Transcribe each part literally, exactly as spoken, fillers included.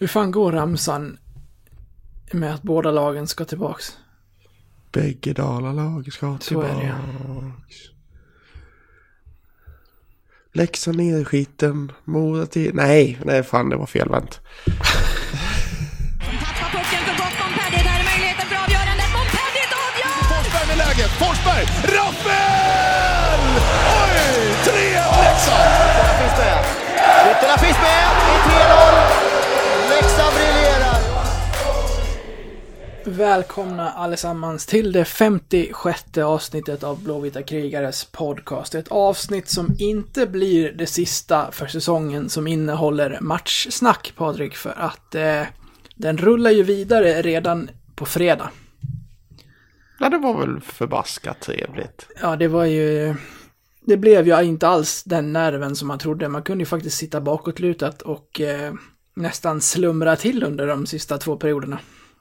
Hur fan går ramsan med att båda lagen ska tillbaks? Bägge Dalalag ska tillbaks. Leksand ner i skiten. Mora till... Nej, nej fan det var felvänt. Som tappar pucken för gott Montpellier. Där är möjligheten för avgörandet. Montpellier avgör! Forsberg med läget. Forsberg! Rappel! Oj! tre ett Leksand! Ytterna finns med. Ytterna finns med. I tre noll. Leksand briljerar. Välkomna allesammans till det femtiosjätte avsnittet av Blåvita krigares podcast. Ett avsnitt som inte blir det sista för säsongen, som innehåller matchsnack, Patrik, för att eh, den rullar ju vidare redan på fredag. Ja, det var väl förbaskat trevligt. Ja, det var ju... Det blev ju inte alls den nerven som man trodde. Man kunde ju faktiskt sitta bakåtlutat och eh, nästan slumra till under de sista två perioderna.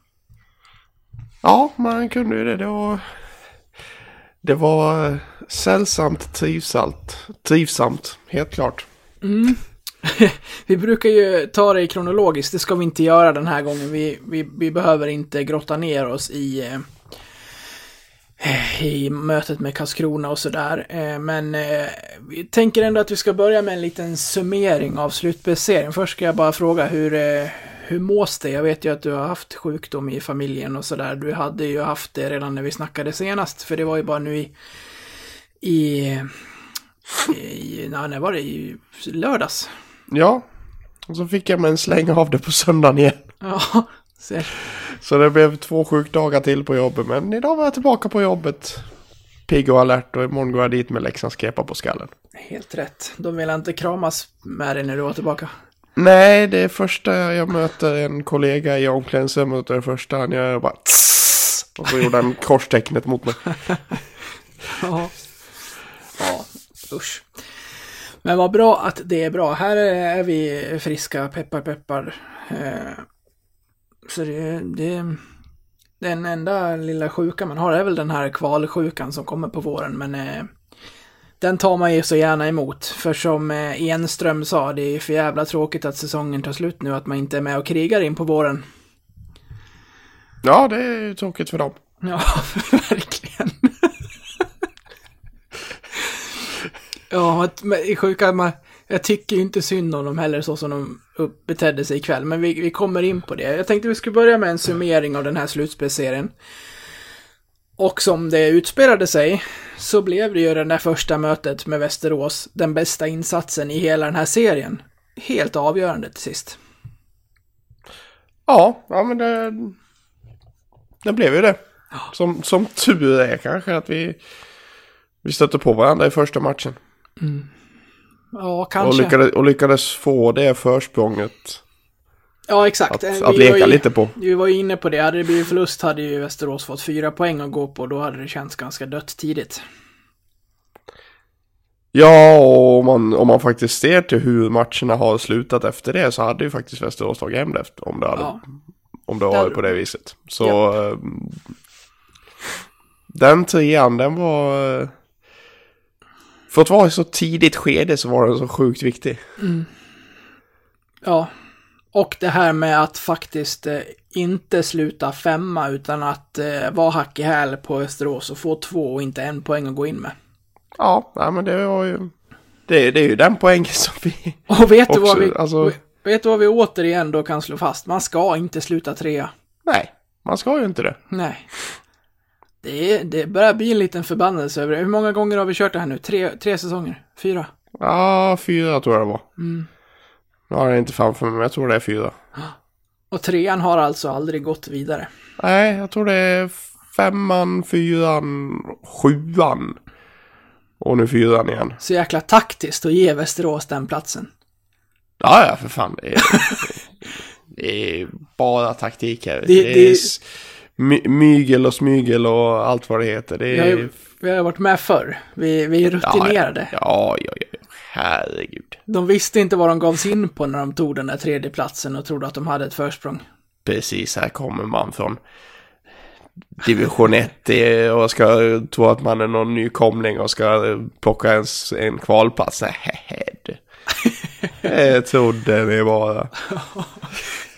Ja, man kunde ju det. Det var, det var sällsamt trivsamt. Trivsamt, helt klart. Mm. Vi brukar ju ta det kronologiskt. Det ska vi inte göra den här gången. Vi, vi, vi behöver inte grotta ner oss i, eh, i mötet med Karlskrona och sådär. Eh, men eh, vi tänker ändå att vi ska börja med en liten summering av slutspelsserien. Först ska jag bara fråga hur... Eh, Hur mås det? Jag vet ju att du har haft sjukdom i familjen och sådär. Du hade ju haft det redan när vi snackade senast. För det var ju bara nu i... I... i nej, när var det? I lördags. Ja, och så fick jag med en släng av det på söndagen igen. Ja, ser. Så det blev två sjukdagar till på jobbet. Men idag var jag tillbaka på jobbet. Pigg och alert, och imorgon går jag dit med Leksands kepa på skallen. Helt rätt. De vill inte kramas med dig när du var tillbaka. Nej, det är första jag möter en kollega i omklädningsrummet, och det första han gör bara tss, och så gjorde han korstecknet mot mig. Ja. Ja, usch. Men vad bra att det är bra. Här är vi friska, peppar peppar. Så det, det den enda lilla sjuka man har är väl den här kvalsjukan som kommer på våren, men den tar man ju så gärna emot. För som Enström sa, det är för jävla tråkigt att säsongen tar slut nu, att man inte är med och krigar in på våren. Ja, det är ju tråkigt för dem. Ja, verkligen. Ja, i sjuka, man, jag tycker ju inte synd om dem heller så som de betedde sig ikväll. Men vi, vi kommer in på det. Jag tänkte vi skulle börja med en summering av den här slutspelserien. Och som det utspelade sig så blev det ju det där första mötet med Västerås den bästa insatsen i hela den här serien. Helt avgörande till sist. Ja, ja men det, det blev ju det. Som, som tur är kanske att vi, vi stötte på varandra i första matchen. Mm. Ja, kanske. Och lyckades, och lyckades få det försprånget. Ja, exakt. Att, vi att leka ju, lite på. Vi var ju inne på det. Hade det blivit förlust hade ju Västerås fått fyra poäng att gå på. Då hade det känts ganska dött tidigt. Ja, och om man, om man faktiskt ser till hur matcherna har slutat efter det, så hade ju faktiskt Västerås tagit hem det efter, om det, hade, ja. om det var på det viset. Så ja. Den trean, den var... För att vara i så tidigt skede så var den så sjukt viktig. Mm. Ja. Och det här med att faktiskt eh, inte sluta femma utan att eh, vara hack i häl på Västerås och få två och inte en poäng att gå in med. Ja, nej, men det var ju... Det, det är ju den poängen som vi... Och vet också, du vad vi... Alltså... Vet du vad vi återigen då kan slå fast? Man ska inte sluta trea. Nej, man ska ju inte det. Nej. Det, är, det börjar bli en liten förbannelse över det. Hur många gånger har vi kört det här nu? Tre, tre säsonger? Fyra? Ja, fyra tror jag det var. Mm. Nu har jag inte framför mig, men jag tror det är fyra. Och trean har alltså aldrig gått vidare? Nej, jag tror det är femman, fyran, sjuan. Och nu fyran igen. Så jäkla taktiskt att ge Västerås den platsen. Ja, ja, för fan. Det är, det är bara taktik här. Det, det, det är my, mygel och smygel och allt vad det heter. Det är... vi, har, vi har varit med förr. Vi, vi är rutinerade. Ja, ja, ja, ja. Herregud. De visste inte vad de gav sig in på när de tog den där tredje platsen och trodde att de hade ett försprång. Precis, här kommer man från division ett och ska tro att man är någon nykomling och ska plocka en, en kvalplats. Nej, det trodde ni bara.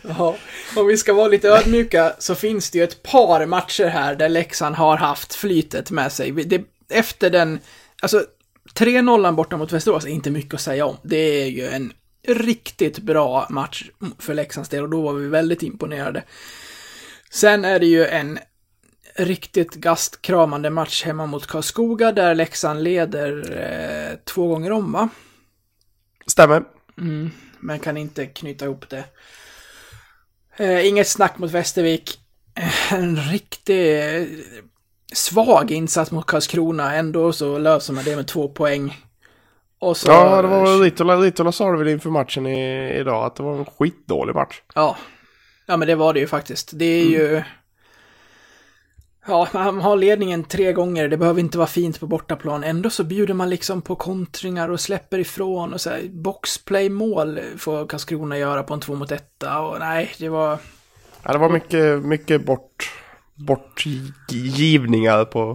Ja, om vi ska vara lite ödmjuka så finns det ju ett par matcher här där Leksand har haft flytet med sig. Det, efter den, alltså tre noll borta mot Västerås är inte mycket att säga om. Det är ju en riktigt bra match för Leksands del och då var vi väldigt imponerade. Sen är det ju en riktigt gastkramande match hemma mot Karlskoga där Leksand leder eh, två gånger om, va? Stämmer. Mm, men kan inte knyta ihop det. Eh, inget snack mot Västervik. Eh, en riktigt eh, svag insats mot Karlskrona. Ändå så löser man det med två poäng. Och så, ja, det var Ritola, Ritola sa det väl inför matchen i, idag att det var en skitdålig match. Ja. Ja, men det var det ju faktiskt. Det är mm. ju... Ja, man har ledningen tre gånger. Det behöver inte vara fint på bortaplan. Ändå så bjuder man liksom på kontringar och släpper ifrån. Och så här, boxplay-mål får Karlskrona göra på en två mot etta. Och nej, det var... Ja, det var mycket, mycket bort, bortgivningar på,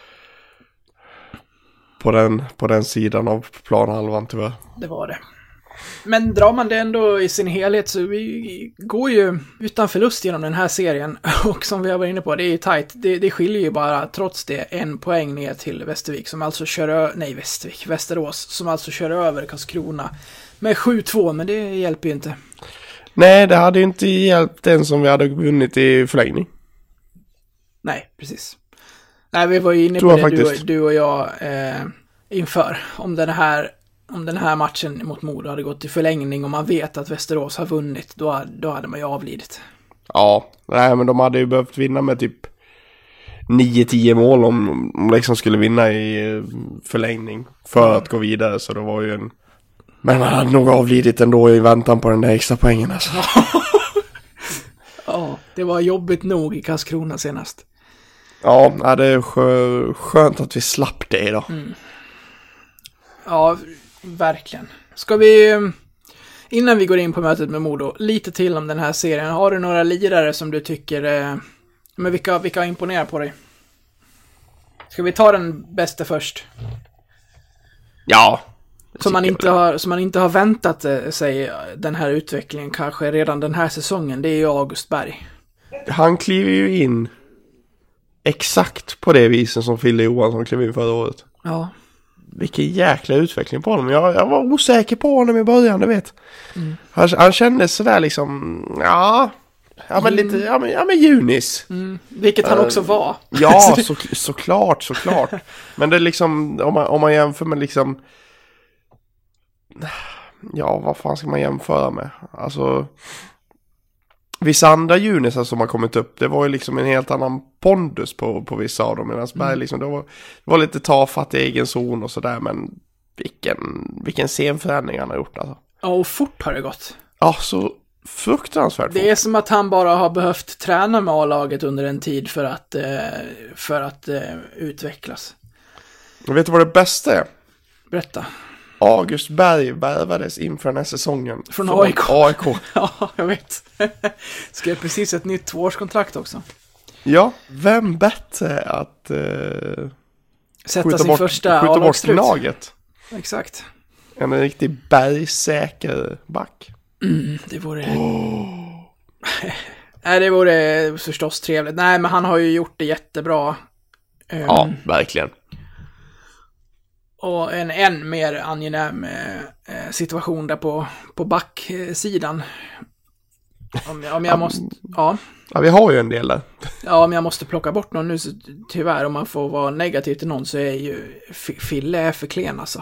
på, den, på den sidan av planhalvan tyvärr. Det var det. Men drar man det ändå i sin helhet så vi går ju utan förlust genom den här serien. Och som vi har varit inne på, det är ju tajt. Det, det skiljer ju bara, trots det, en poäng ner till Västervik som alltså kör ö- nej Västervik, Västerås som alltså kör över Karlskrona med sju två, men det hjälper ju inte. Nej, det hade ju inte hjälpt den som vi hade vunnit i förlängning. Nej, precis. Nej, vi var ju inne på det, du och, du och jag eh, inför. Om den här Om den här matchen mot Modo hade gått i förlängning och man vet att Västerås har vunnit, då, då hade man ju avlidit. Ja, nej, men de hade ju behövt vinna med typ nio tio mål om, om liksom skulle vinna i förlängning för att gå vidare. Så det var ju en... Men man hade nog avlidit ändå i väntan på den där extra poängen. Alltså. Ja, det var jobbigt nog i Karlskrona senast. Ja, det är skö- skönt att vi slapp det idag. Mm. Ja, verkligen. Ska vi, innan vi går in på mötet med Modo, lite till om den här serien. Har du några lirare som du tycker, eh, men vilka, vilka imponerar på dig? Ska vi ta den bästa först? Ja. Som man, inte har, som man inte har väntat sig den här utvecklingen kanske redan den här säsongen, det är ju August Berg. Han kliver ju in exakt på det viset som Fille Johansson klev in förra året. Ja. Vilken jäkla utveckling på honom. Jag, jag var osäker på honom i början, du vet. Mm. Han, han kändes sådär liksom, ja, ja men lite, ja men, ja, men Junis. Mm. Vilket han uh, också var. Ja, så, såklart, såklart. Men det är liksom, om man, om man jämför med liksom, ja, vad fan ska man jämföra med? Alltså, vissa andra Junisar som har kommit upp, det var ju liksom en helt annan pondus på, på vissa av dem. Medan Berg liksom, det var, det var lite tafatt i egen zon och sådär, men vilken, vilken scenförändring han har gjort alltså. Ja, och fort har det gått. Ja, så fruktansvärt Det fort. är som att han bara har behövt träna med A-laget under en tid för att, eh, för att eh, utvecklas. Jag vet du vad det bästa är? Berätta. August Berg värvades inför den här säsongen. Från, från A I K. A I K. Ja, jag vet. Skrev precis ett nytt tvåårskontrakt också. Ja, vem bättre att uh, sätta sin bort, första skjuta bort laget. Exakt. En riktig bergsäker back. Mm, det vore... Oh. Nej, det vore förstås trevligt. Nej, men han har ju gjort det jättebra. Um, ja, verkligen. Och en än mer angenäm eh, situation där på, på backsidan. Om jag, om jag måste... Ja. Ja, vi har ju en del där. Ja, om jag måste plocka bort någon nu så tyvärr, om man får vara negativ till någon så är ju Fille är för klen alltså.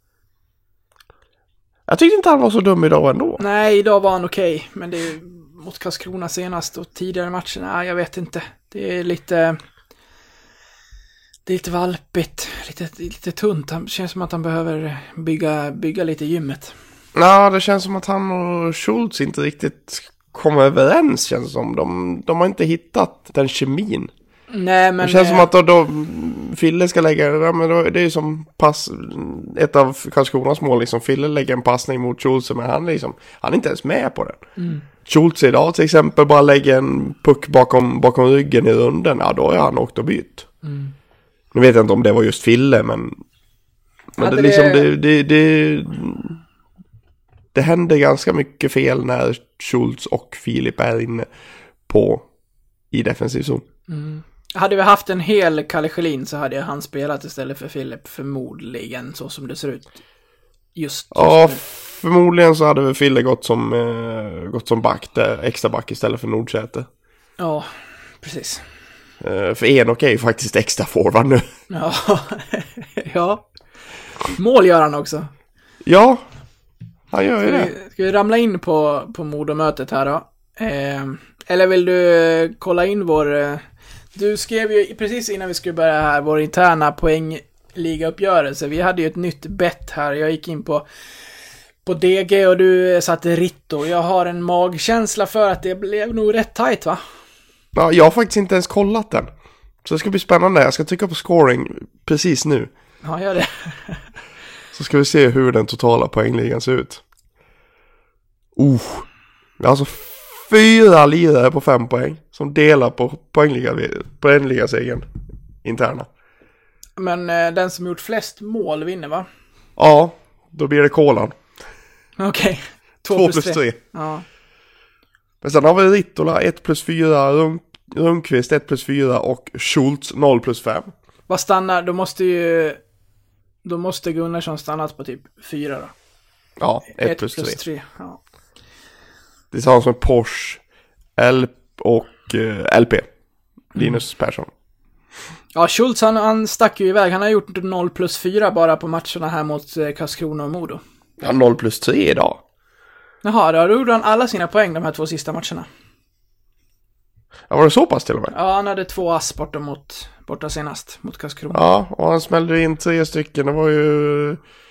Jag tyckte inte han var så dum idag ändå. Nej, idag var han okej. Okay, men det är mot Karlskrona senast och tidigare matcher. Nej, jag vet inte. Det är lite... Det är lite valpigt, lite, lite tunt. Det känns som att han behöver bygga, bygga lite gymmet. Ja, det känns som att han och Schultz inte riktigt kommer överens, känns som. De, de har inte hittat den kemin. Nej, men... Det känns som att då, då Fille ska lägga... Ja, men då, det är ju som pass... Ett av Karlskronas mål, liksom. Fille lägger en passning mot Schultz, men han, liksom, han är inte ens med på den. Mm. Schultz idag till exempel bara lägger en puck bakom, bakom ryggen i runden. Ja, då är han åkt och bytt. Mm. Nu vet jag inte om det var just Fille, men, men det, liksom, det, det, det, det händer ganska mycket fel när Schultz och Filip är inne på i defensiv zon. Mm. Hade vi haft en hel Kalle Schelin så hade han spelat istället för Filip förmodligen, så som det ser ut just, just Ja, nu. förmodligen så hade väl Fille gått som, eh, gått som back där, extra back istället för Nordsäter. Ja, precis. Eh, för Enok är ju faktiskt extra forward nu. Ja, ja. Mål gör han också. Ja, han gör ju Ska det. vi, ska vi ramla in på, på Modomötet här då? Eh, eller vill du eh, kolla in vår... Eh, du skrev ju precis innan vi skulle börja här vår interna poängliga-uppgörelse. Vi hade ju ett nytt bett här. Jag gick in på, på D G och du satte Ritto. Jag har en magkänsla för att det blev nog rätt tajt, va? Ja, jag har faktiskt inte ens kollat den. Så det ska bli spännande. Jag ska trycka på scoring precis nu. Ja, gör det. Så ska vi se hur den totala poängligan ser ut. Uh, det är alltså fyra lirare på fem poäng som delar på poängliga, poängligasegen interna. Men eh, den som gjort flest mål vinner, va? Ja, då blir det Kolan. Okej. Okay. Två plus tre. Ja. Men sen har vi Rittola ett plus fyra, Rund, Rundqvist ett plus fyra och Schultz noll plus fem. Vad stannar? Då måste ju... Då måste Gunnarsson stannat på typ fyra då. Ja, ett, ett plus, plus tre. tre. Ja. Det är samma som Porsche, L och eh, L P. Linus mm. Persson. Ja, Schultz han, han stack ju iväg. Han har gjort noll plus fyra bara på matcherna här mot eh, Karlskrona och Modo. Ja, noll plus tre idag. Jaha, då gjorde han alla sina poäng de här två sista matcherna. Ja, var det så pass till och med? Ja, han hade två ass borta, mot, borta senast mot Karlskrona. Ja, och han smällde in tre stycken. Det var ju...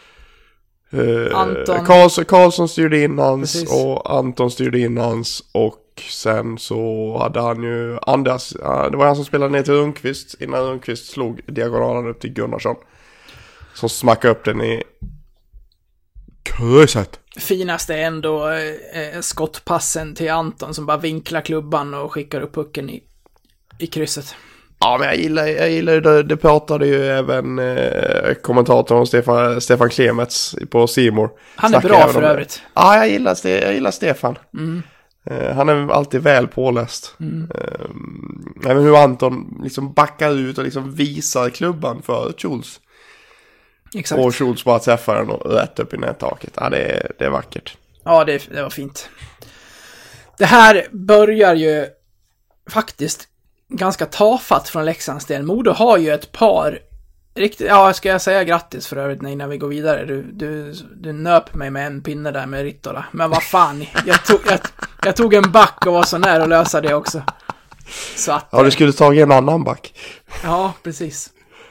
Eh, Anton. Karlsson, Karlsson styrde in hans. Precis. Och Anton styrde in hans. Och sen så hade han ju Anders. Det var han som spelade ner till Rundqvist innan Rundqvist slog diagonalen upp till Gunnarsson. Som smackade upp den i krysset. Finast är ändå eh, skottpassen till Anton som bara vinklar klubban och skickar upp pucken i, i krysset. Ja, men jag gillar, jag gillar det. Det pratade ju även eh, kommentatorn Stefan, Stefan Klemets på C More. Han är bra för övrigt. Ja, jag gillar, jag gillar Stefan. Mm. Eh, han är alltid väl påläst. Mm. Eh, även hur Anton liksom backar ut och liksom visar klubban för Schultz. Exakt. Och Schultz bara träffar den och rätt upp i nättaket. Ja, det är, det är vackert. Ja, det, det var fint. Det här börjar ju faktiskt ganska tafatt från Leksands del. Modo har ju ett par riktigt, ja, ska jag säga grattis för övrigt innan vi går vidare. Du, du, du nöp mig med en pinne där med Rittola. Men vad fan, jag tog, jag, jag tog en back och var så nära att lösa det också. Så att, Ja, du skulle ta en annan back. Ja, precis.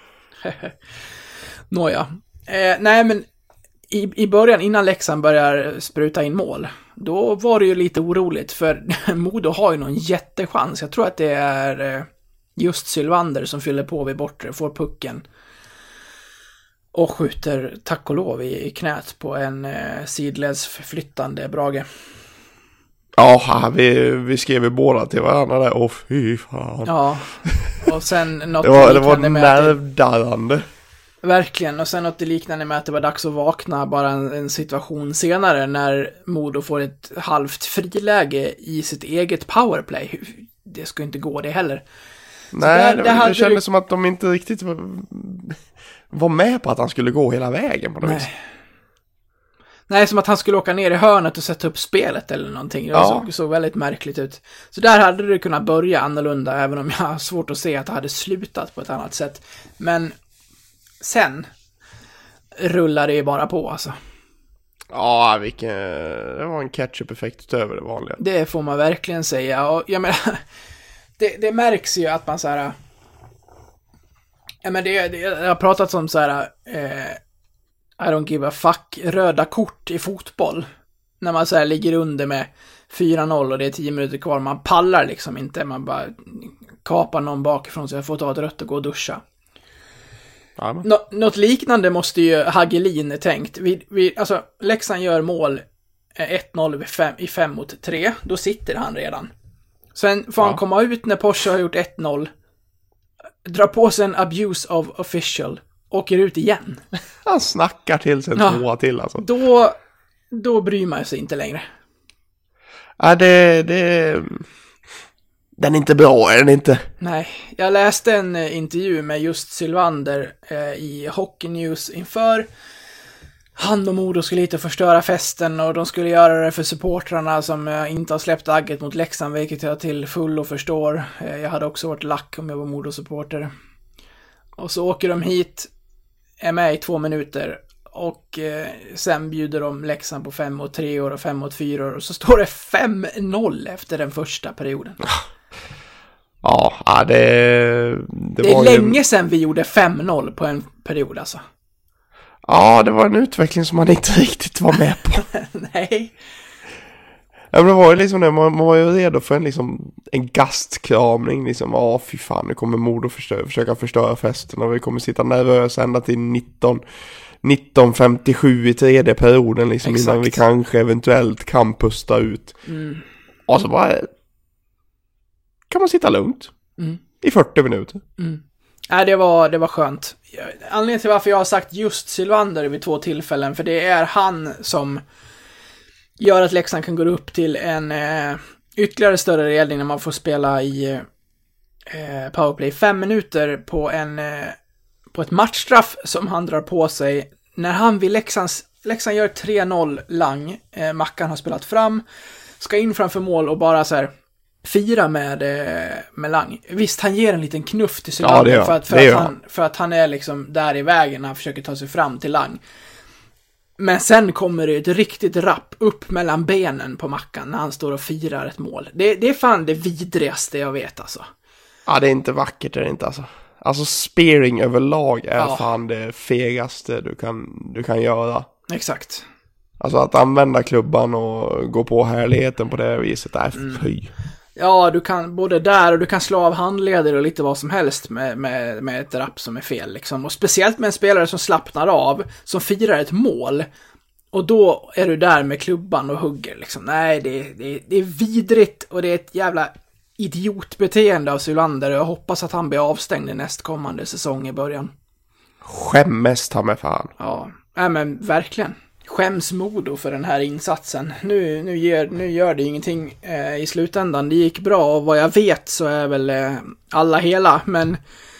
Nåja. Eh, nej, men i, i början, innan Leksand börjar spruta in mål, då var det ju lite oroligt, för Modo har ju någon jättechans. Jag tror att det är eh, just Sylvander som fyller på vid bortre, får pucken och skjuter, tack och lov, i, i knät på en eh, sidleds flyttande Brage. Ja, vi, vi skrev ju båda till varandra där. Åh, fy fan. Ja, och sen något det var, det var med att det- nervdarrande. Verkligen, och sen något liknande med att det var dags att vakna bara en, en situation senare när Modo får ett halvt friläge i sitt eget powerplay. Det ska inte gå det heller. Nej, där- det, där det kändes du- som att de inte riktigt var, var med på att han skulle gå hela vägen på något vis. Nej. Nej, som att han skulle åka ner i hörnet och sätta upp spelet eller någonting. Det Ja. såg, såg väldigt märkligt ut. Så där hade det kunnat börja annorlunda, även om jag har svårt att se att det hade slutat på ett annat sätt. Men sen rullar det ju bara på, alltså. Ja, vilken, det var en catch-up-effekt utöver det vanliga. Det får man verkligen säga. Och jag menar, det, det märks ju att man så här. Ja, men det, det jag har pratat om så här. Eh, I don't give a fuck, röda kort i fotboll. När man så här ligger under med fyra noll och det är tio minuter kvar. Man pallar liksom inte. Man bara kapar någon bakifrån så jag får ta ett rött och gå och duscha. Ja, men. Nå- något liknande måste ju Hagelin tänkt. Vi, vi, alltså, Leksand gör mål eh, ett noll vid fem, i fem mot tre. Då sitter han redan. Sen får han Ja. komma ut när Porsche har gjort ett noll. Dra på sig en abuse of official. Åker ut igen. Han snackar till sig en Ja. tvåa till alltså. Då då bryr man sig inte längre. Ja, det, det... Den är inte bra, är den inte? Nej, jag läste en eh, intervju med just Sylvander eh, i Hockey News inför. Han och Modo skulle hit och förstöra festen och de skulle göra det för supportrarna som eh, inte har släppt agget mot Leksand, vilket jag till full och förstår. Eh, jag hade också varit lack om jag var Modo-supporter. Och så åker de hit, är med i två minuter och eh, sen bjuder de Leksand på fem mot tre år och fem mot fyra år och så står det fem noll efter den första perioden. Ja, ja det, det, det är var länge ju... sedan vi gjorde fem noll på en period alltså. Ja, det var en utveckling som man inte riktigt var med på. Nej. Ja, men det var ju liksom det, man, man var ju redo för en, liksom, en gastkramning. Liksom, ja fy fan, nu kommer Modo förstöra, försöka förstöra festen och vi kommer sitta nervösa ända till nitton, nitton femtiosju i tredje perioden liksom, innan vi kanske eventuellt kan pusta ut. Mm. Och så bara kan man sitta lugnt mm. i fyrtio minuter. Mm. Nej, det var, det var skönt. Anledningen till varför jag har sagt just Sylvander vid två tillfällen, för det är han som gör att Leksand kan gå upp till en eh, ytterligare större ledning när man får spela i eh, powerplay fem minuter på en eh, på ett matchstraff som han drar på sig när han vill Leksands, Leksand gör tre noll Lang, eh, Mackan har spelat fram, ska in framför mål och bara så här fira med, eh, med Lang. Visst, han ger en liten knuff till Sylvander ja, för, att, för, att han, för att han är liksom där i vägen när han försöker ta sig fram till Lang. Men sen kommer det ett riktigt rapp upp mellan benen på Mackan när han står och firar ett mål. Det, det är fan det vidrigaste jag vet alltså. Ja, det är inte vackert, det är inte alltså. Alltså spearing överlag är ja. fan det fegaste du kan, du kan göra. Exakt. Alltså att använda klubban och gå på härligheten på det viset är mm. fy. Ja, du kan både där och du kan slå av handleder och lite vad som helst med, med, med ett rapp som är fel liksom. Och speciellt med en spelare som slappnar av, som firar ett mål. Och då är du där med klubban och hugger liksom. Nej, det, det, det är vidrigt och det är ett jävla idiotbeteende av Sylvander. Jag hoppas att han blir avstängd i nästkommande säsong i början. Skämmes ta med fan. Ja, nej men verkligen. Skäms Modo för den här insatsen. Nu, nu, ger, nu gör det ingenting eh, i slutändan. Det gick bra och vad jag vet så är väl eh, alla hela. Men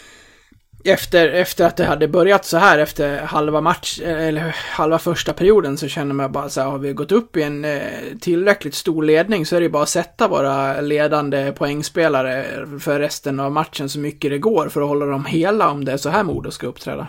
efter, efter att det hade börjat så här efter halva match eller halva första perioden så känner man bara så här, har vi gått upp i en eh, tillräckligt stor ledning så är det bara att sätta våra ledande poängspelare för resten av matchen så mycket det går för att hålla dem hela om det är så här Modo ska uppträda.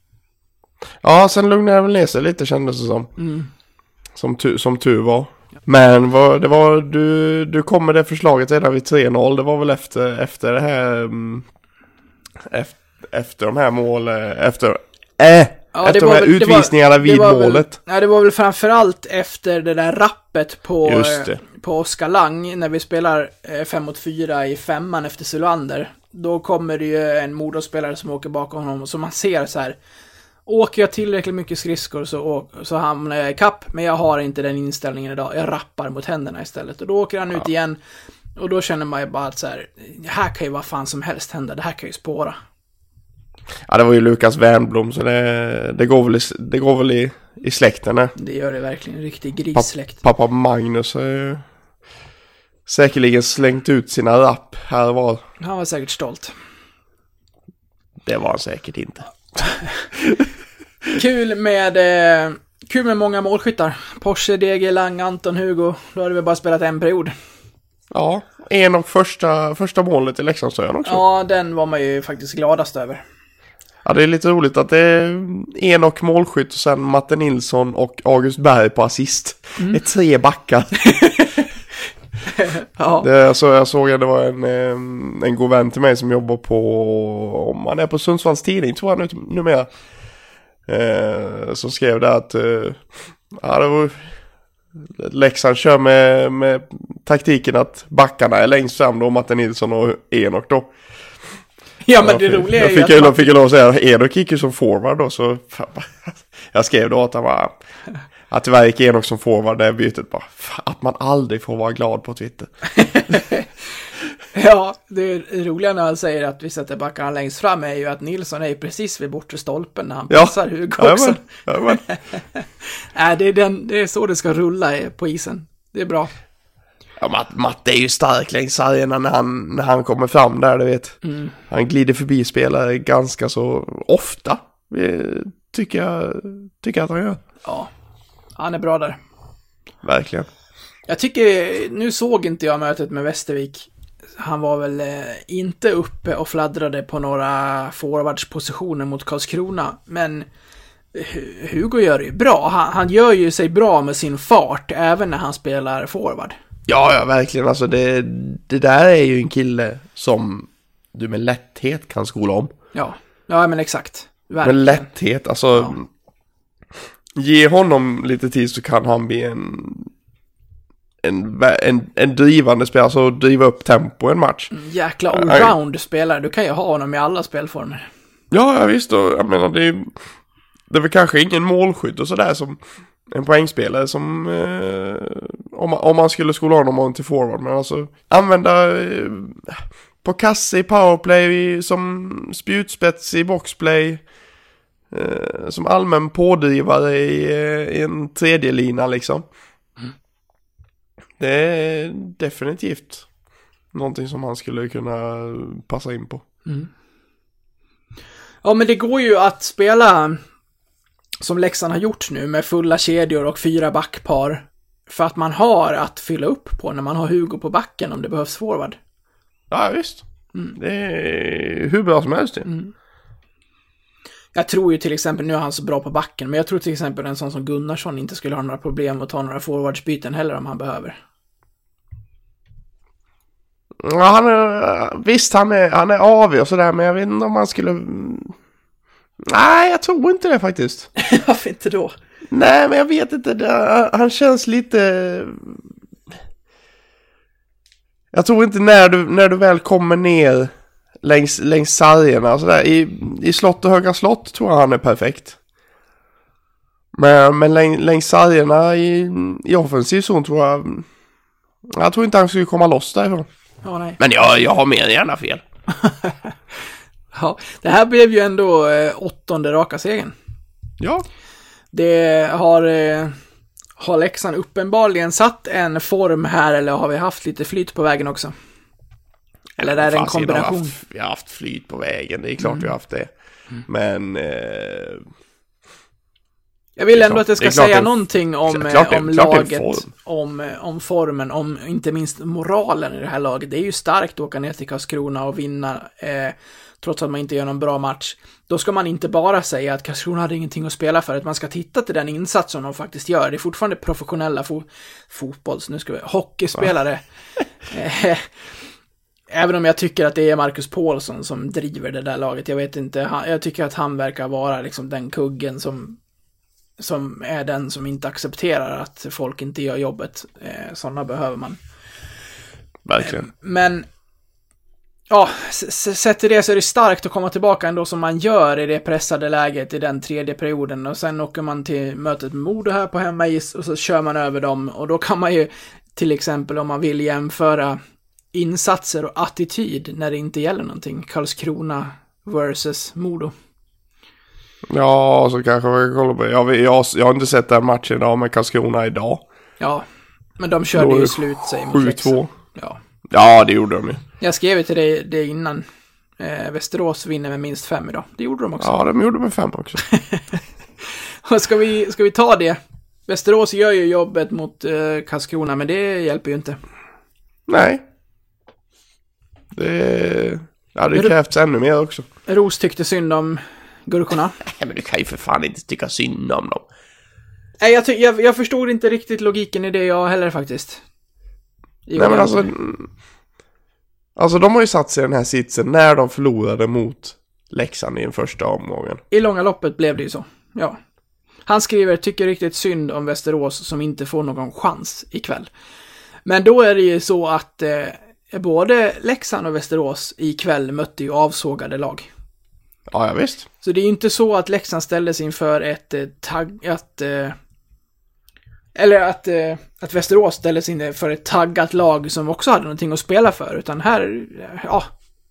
Ja, sen lugnade jag väl ner sig lite kändes det som. Mm. Som, tu, som tur var. Men vad, det var, du, du kom med det förslaget redan vid tre noll. Det var väl efter, efter det här... Efter, efter de här målen... Efter, äh, ja, efter de här väl, utvisningarna det var, vid det var målet. Väl, ja, det var väl framförallt efter det där rappet på, på Oskar Lang. När vi spelar fem mot fyra i femman efter Sylvander. Då kommer det ju en Modo-spelare som åker bakom honom. Så man ser så här... Åker jag tillräckligt mycket skridskor så, så hamnar jag i kapp. Men jag har inte den inställningen idag. Jag rappar mot händerna istället. Och då åker han ut ja. igen. Och då känner man ju bara att så här, det här kan ju vad fan som helst hända. Det här kan ju spåra. Ja, det var ju Lukas Wernblom. Så det, det går väl, i, det går väl i, i släkten. Ne? Det gör det verkligen. En riktig grissläkt. Pa, pappa Magnus har ju säkerligen slängt ut sina rapp här och var. Han var säkert stolt. Det var han säkert inte. Kul med eh, kul med många målskyttar. Porsche, D G, Lang, Anton, Hugo. Då hade vi bara spelat en period. Ja, en och första, första målet i Leksandsöjan också. Ja, den var man ju faktiskt gladast över. Ja, det är lite roligt att det är en och målskytt och sen Matte Nilsson och August Berg på assist. Mm. Det är tre backar. Ja. Det, alltså, jag såg att det var en, en god vän till mig som jobbar på, om man är på Sundsvalls Tidning tror jag nu, numera, eh, som skrev det att eh, ja, det var, Leksand kör med, med taktiken att backarna är längst fram då, Matte Nilsson och Enok då. Ja, men det roliga är jag ju fick, att... Jag fick ju lov att säga Enok gick ju som forward då, så jag skrev då att han var... Att tyvärr gick Enok som forward det bytet bara. Att man aldrig får vara glad på Twitter. Ja, det roliga när han säger att vi sätter backarna längst fram är ju att Nilsson är precis vid bortre stolpen när han Ja. passar Hugo också. Ja, men, Nej, det är, den, det är så det ska rulla på isen. Det är bra. ja, Matt, Matt är ju stark längs sargerna när han, när han kommer fram där, du vet. Mm. Han glider förbi spelare ganska så ofta. Det tycker jag, tycker jag att han gör. Ja, han är bra där. Verkligen. Jag tycker, nu såg inte jag mötet med Västervik. Han var väl eh, inte uppe och fladdrade på några forwardspositioner mot Karlskrona. Men Hugo gör det ju bra. Han, han gör ju sig bra med sin fart även när han spelar forward. Ja, ja, verkligen. Alltså det, det där är ju en kille som du med lätthet kan skola om. Ja, ja men exakt. Verkligen. Med lätthet, alltså Ja. ge honom lite tid så kan han bli en en, en, en drivande spelare, alltså driva upp tempo i en match. Jäkla allround spelare. Du kan ju ha honom i alla spelformer. Ja, ja visst. Och, jag menar, det är, det är väl kanske ingen målskydd och sådär som en poängspelare som eh, om, man, om man skulle skola honom till forward, men alltså använda eh, på kasse i powerplay, som spjutspets i boxplay, eh, som allmän pådrivare i, eh, i en tredje lina liksom. Mm. Det är definitivt någonting som han skulle kunna passa in på. Mm. Ja, men det går ju att spela som Leksand har gjort nu med fulla kedjor och fyra backpar för att man har att fylla upp på när man har Hugo på backen om det behövs forward. Ja, visst. Mm. Det är hur bra som helst. Mm. Jag tror ju till exempel, nu är han så bra på backen, men jag tror till exempel en sån som Gunnarsson inte skulle ha några problem att ta några forwardsbyten heller om han behöver. Ja, han är, visst, han är, han är avig och sådär, men jag vet inte om han skulle... Nej, jag tror inte det faktiskt. Varför inte då? Nej, men jag vet inte. Det, han känns lite... Jag tror inte när du, när du väl kommer ner längs, längs sargerna och sådär. I, I slott och höga slott tror jag han är perfekt. Men, men läng, längs sargerna i, i offensiv zon tror jag... Jag tror inte han skulle komma loss därifrån. Ja, nej. Men jag, jag har mer än gärna fel. Ja, det här blev ju ändå eh, åttonde raka segern. Ja. Det har, eh, har Leksand uppenbarligen satt en form här, eller har vi haft lite flyt på vägen också? Eller är det en kombination? Vi har, haft, vi har haft flyt på vägen, det är klart mm. vi har haft det. Mm. Men... Eh, jag vill ändå att det ska det säga det, någonting om, det, om laget, form. om, om formen, om inte minst moralen i det här laget. Det är ju starkt att åka ner till Karlskrona och vinna, eh, trots att man inte gör någon bra match. Då ska man inte bara säga att Karlskrona hade ingenting att spela för, att man ska titta till den insats som de faktiskt gör. Det är fortfarande professionella fo- fotbolls, nu ska vi, hockeyspelare. eh, även om jag tycker att det är Marcus Paulsson som driver det där laget. Jag vet inte, han, jag tycker att han verkar vara liksom den kuggen som som är den som inte accepterar att folk inte gör jobbet. Eh, sådana behöver man. Verkligen. Eh, men ja, sett till det så är det starkt att komma tillbaka ändå som man gör i det pressade läget i den tredje perioden, och sen åker man till mötet med Modo här på hemmais och så kör man över dem, och då kan man ju till exempel, om man vill jämföra insatser och attityd när det inte gäller någonting, Karlskrona versus Modo. Ja, så kanske vi kollar på. Jag, jag, jag har inte sett den matchen idag med Karlskrona idag. Ja, men de körde ju slut sig mot sju två. Ja. Ja, det gjorde de ju. Jag skrev till dig det innan. Eh, Västerås vinner med minst fem idag. Det gjorde de också. Ja, de gjorde med fem också. ska, vi, ska vi ta det? Västerås gör ju jobbet mot eh, Karlskrona, men det hjälper ju inte. Nej. Det hade krävts ännu mer också. Ros tyckte synd om gurkorna. Nej, men du kan ju för fan inte tycka synd om dem. Nej, jag, ty- jag, jag förstod inte riktigt logiken i det jag heller faktiskt. I Nej, men alltså... Alltså, de har ju satt sig i den här sitsen när de förlorade mot Leksand i den första omgången. I långa loppet blev det ju så, ja. Han skriver, tycker riktigt synd om Västerås som inte får någon chans ikväll. Men då är det ju så att eh, både Leksand och Västerås ikväll mötte ju avsågade lag. Ja, ja visst. Så det är ju inte så att Leksand ställdes inför ett, ett, tag, ett, eller att, eh, att Västerås ställdes in för ett taggat lag som också hade någonting att spela för, utan här, ja,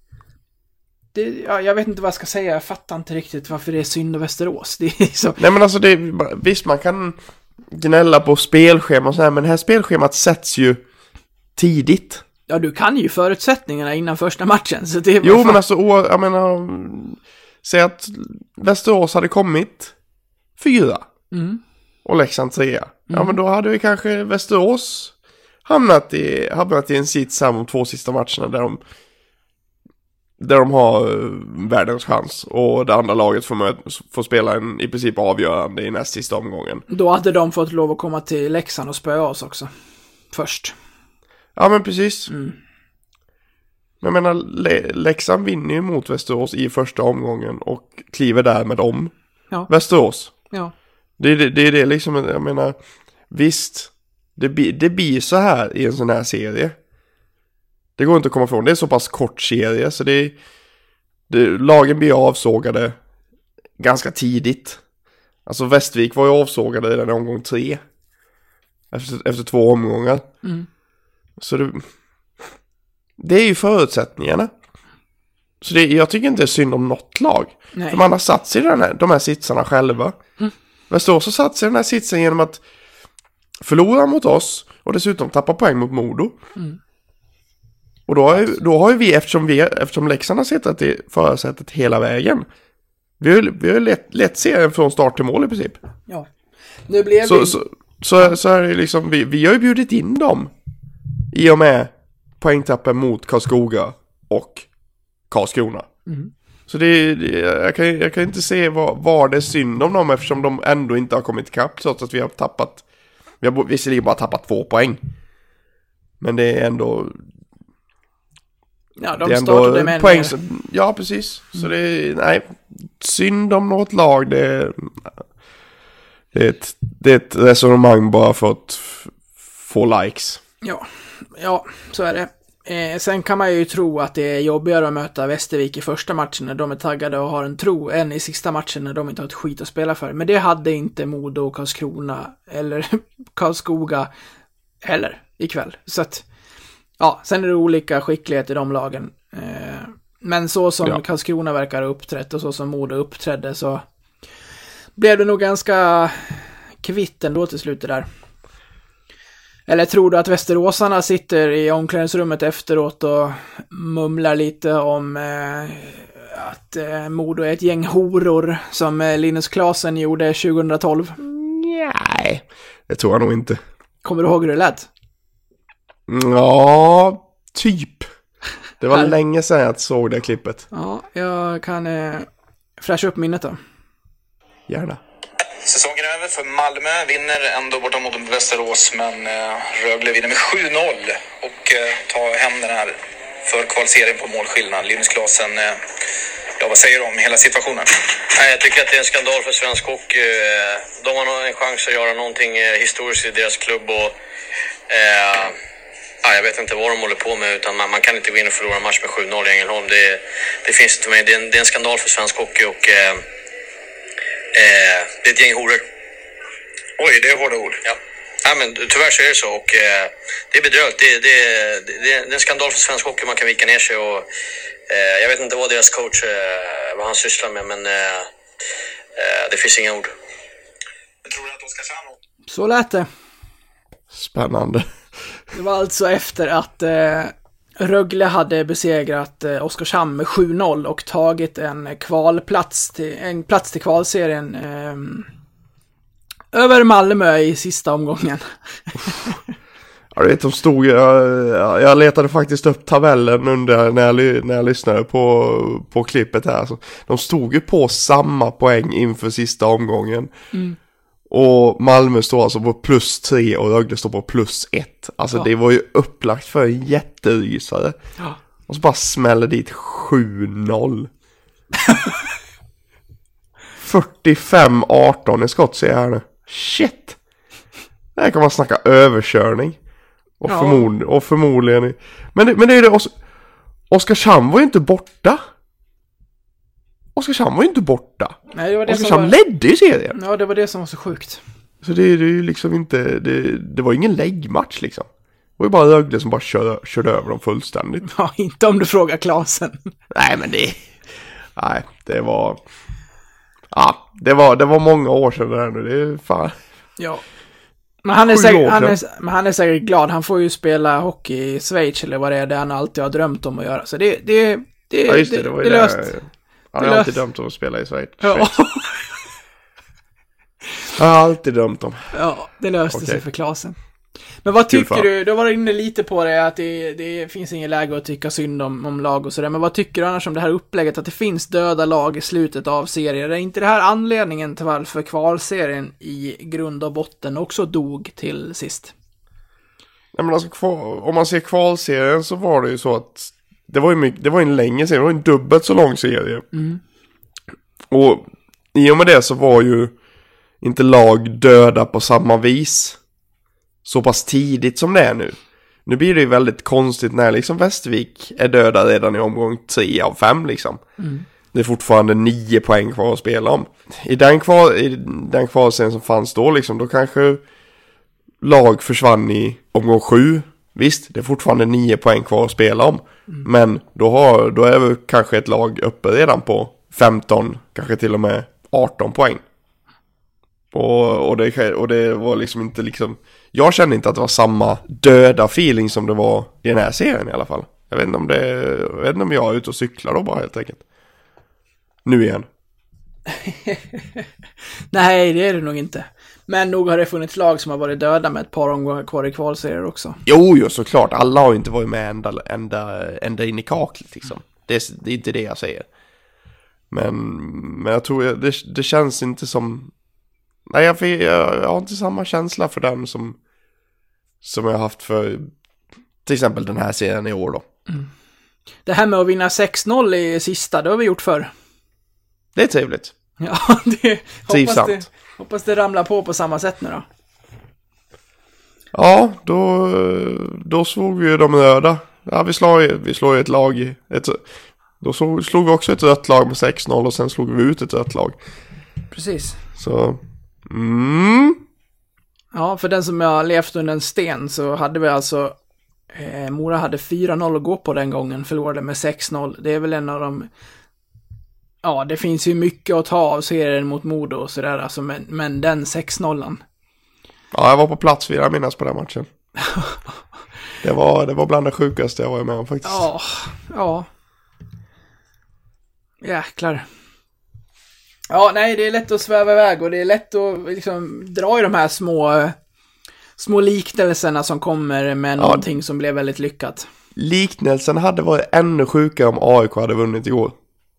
det, ja jag vet inte vad jag ska säga, jag fattar inte riktigt varför det är synd och Västerås. Det är så... Nej men alltså, det är, visst man kan gnälla på spelschema och så här, men det här spelschemat sätts ju tidigt. Ja, du kan ju förutsättningarna innan första matchen. Så det är jo, fan... men alltså, jag menar, säg att Västerås hade kommit fyra mm. och Leksand trea. Mm. Ja, men då hade vi kanske Västerås hamnat i, hamnat i en sits här de två sista matcherna där de, där de har världens chans. Och det andra laget får, möt, får spela en i princip avgörande i näst sista omgången. Då hade de fått lov att komma till Leksand och spöa oss också. Först. Ja, men precis. Mm. Men jag menar, Le- Leksand vinner ju mot Västerås i första omgången och kliver där med dem. Ja. Västerås. Ja. Det är det, det, är det liksom, jag menar, visst, det, det blir så här i en sån här serie. Det går inte att komma ifrån, det är så pass kort serie, så det, det lagen blir avsågade ganska tidigt. Alltså Västervik var ju avsågade i den omgång tre. Efter, efter två omgångar. Mm. Så det, det är ju förutsättningarna. Så det, jag tycker inte det är synd om något lag. Nej. För man har satt sig i den här, de här sitsarna själva. Mm. Västerås har satt sig i den här sitsen genom att förlora mot oss och dessutom tappa poäng mot Modo. Mm. Och då har, ju, då har ju vi, eftersom, vi, eftersom Leksand har suttit i förarsättet hela vägen, vi har, vi har lett, lett serien från start till mål i princip. Ja. Nu blev så, vi... så, så, så är det liksom, vi, vi har ju bjudit in dem i och med poängtappen mot Karlskoga och Karlskrona. Mm. Så det, det, jag, kan, jag kan inte se vad, vad det är synd om dem, eftersom de ändå inte har kommit ikapp, trots att vi har tappat, vi har visserligen bara tappat två poäng. Men det är ändå... Ja, de det är startade ändå med poäng en... som, ja, precis. Så det är, nej, synd om något lag, det är, det är, ett, det är ett resonemang bara för att få likes. Ja, ja, så är det. Eh, sen kan man ju tro att det är jobbigare att möta Västervik i första matchen när de är taggade och har en tro, än i sista matchen när de inte har ett skit att spela för. Men det hade inte Modo och Karlskrona eller Karlskoga heller ikväll. Så att, ja, sen är det olika skicklighet i de lagen. Eh, men så som ja. Karlskrona verkar ha uppträtt och så som Modo uppträdde, så blev det nog ganska kvitt ändå till slut det där. Eller tror du att västeråsarna sitter i omklädningsrummet efteråt och mumlar lite om eh, att eh, Modo är ett gäng horor som eh, Linus Klasen gjorde tjugohundratolv? Nej, det tror jag nog inte. Kommer du ihåg hur det lät? Ja, typ. Det var länge sedan jag såg det klippet. Ja, jag kan eh, fräscha upp minnet då. Gärna. Säsongen är över för Malmö, vinner ändå borta mot Västerås, men eh, Rögle vinner med sju noll och eh, tar hem den här förkvalserien på målskillnad. Linus Klasen, eh, ja, vad säger du om hela situationen? Nej, jag tycker att det är en skandal för svensk hockey. De har en chans att göra någonting historiskt i deras klubb och eh, ja, jag vet inte vad de håller på med, utan man, man kan inte gå in och förlora en match med sju noll i Ängelholm. Det, det finns inte för mig. Det är, en, det är en skandal för svensk hockey och eh, Eh, det är ett gäng horor. Oj, det är hårda ord. Ja, ja men tyvärr så är det så och eh, det är bedrövligt. Det, det, det, det är en skandal för svensk hockey. Man kan vika ner sig och eh, jag vet inte vad deras coach, eh, vad han sysslar med, men eh, eh, det finns inga ord. Jag tror att Oskarshamn... Så lät det. Spännande. Det var alltså efter att eh, Rögle hade besegrat eh, Oskarshamn med sju noll och tagit en kvalplats till, en plats till kvalserien eh, över Malmö i sista omgången. Jag vet, de stod, jag, jag letade faktiskt upp tabellen under när jag, när jag lyssnade på, på klippet här. Så de stod ju på samma poäng inför sista omgången. Mm. Och Malmö står alltså på plus tre och Rögle står på plus ett. Alltså ja. Det var ju upplagt för en jätterysare. Ja. Och så bara smäller dit sju noll. fyrtiofem arton i skott ser jag här nu. Shit. Det här kan man snacka överkörning. Och, ja. förmod, och förmodligen... Men det, men det är det... Os- Oskarshamn var ju inte borta. Oskarshamn var ju inte borta. Nej, det var det Oskarshamn som var... ledde i serien. Ja, det var det som var så sjukt. Så det, det är ju liksom inte, det, det var ingen läggmatch liksom. Det var ju bara Rögle som bara körde, körde över dem fullständigt. Ja, inte om du frågar Klasen. Nej, men det, nej, det var, ja, det var, det var många år sedan det här nu, det är fan. Ja. Men han är, Sju säkert, år han, sedan. är, men han är säkert glad. Han får ju spela hockey i Schweiz eller vad det är, det han alltid har drömt om att göra. Så det, det, det, Ja, just det, det, det var ju det det. löst. Han Det har alltid löst. dömt om att spela i Schweiz. Ja. Jag har alltid dömt om. Ja, det löste Okej. sig för Klasen. Men vad Kul tycker fan. du, då var du inne lite på det att det, det finns ingen läge att tycka synd om, om lag och sådär, men vad tycker du annars om det här upplägget att det finns döda lag i slutet av serier? Är inte det här anledningen till varför kvalserien i grund och botten också dog till sist? Nej, men alltså, kval, om man ser kvalserien så var det ju så att det var ju mycket, det var en längre serie, det var en dubbelt så lång serie. Mm. Och i och med det så var ju inte lag döda på samma vis så pass tidigt som det är nu. Nu blir det ju väldigt konstigt när liksom Västervik är döda redan i omgång tre av fem liksom. Mm. Det är fortfarande nio poäng kvar att spela om. I den, kval, i den kvalserien som fanns då liksom, då kanske lag försvann i omgång sju. Visst, det är fortfarande nio poäng kvar att spela om. Mm. Men då, har, då är väl kanske ett lag uppe redan på femton, kanske till och med arton poäng. Och, och, det, och det var liksom inte liksom... Jag kände inte att det var samma döda feeling som det var i den här serien i alla fall. Jag vet inte om det jag vet inte om jag är ute och cyklar då bara helt enkelt. Nu igen. Nej, det är det nog inte. Men nog har det funnits lag som har varit döda med ett par omgångar kvar i kvalserier också. Jo, jo, såklart. Alla har ju inte varit med ända, ända, ända in i kaklet liksom. Det är, det är inte det jag säger. Men, men jag tror det, det känns inte som... Nej, jag, jag, jag har inte samma känsla för den som, som jag har haft för till exempel den här serien i år då. Mm. Det här med att vinna sex noll i sista, det har vi gjort förr. Det är trevligt. Ja, det, hoppas, det, hoppas det ramlar på på samma sätt nu då. Ja, då, då slog vi ju de röda. Ja, vi slår, vi slår ju ett lag i... Ett, då slog, slog vi också ett rött lag med sex noll och sen slog vi ut ett rött lag. Precis. Så... Mm. Ja, för den som har levt under en sten så hade vi alltså eh, Mora hade fyra noll att gå på den gången, förlorade med sex noll. Det är väl en av de... Ja, det finns ju mycket att ta av serien mot Modo och sådär, alltså, men, men den sex nollan. Ja, jag var på plats vid jag minnas på den matchen. det, var, det var bland det sjukaste jag var med om faktiskt. Ja, ja. Jäklar. Ja, nej, det är lätt att sväva iväg och det är lätt att liksom dra i de här små små liknelserna som kommer med ja, någonting som blev väldigt lyckat. Liknelsen hade varit ännu sjukare om A I K hade vunnit igår.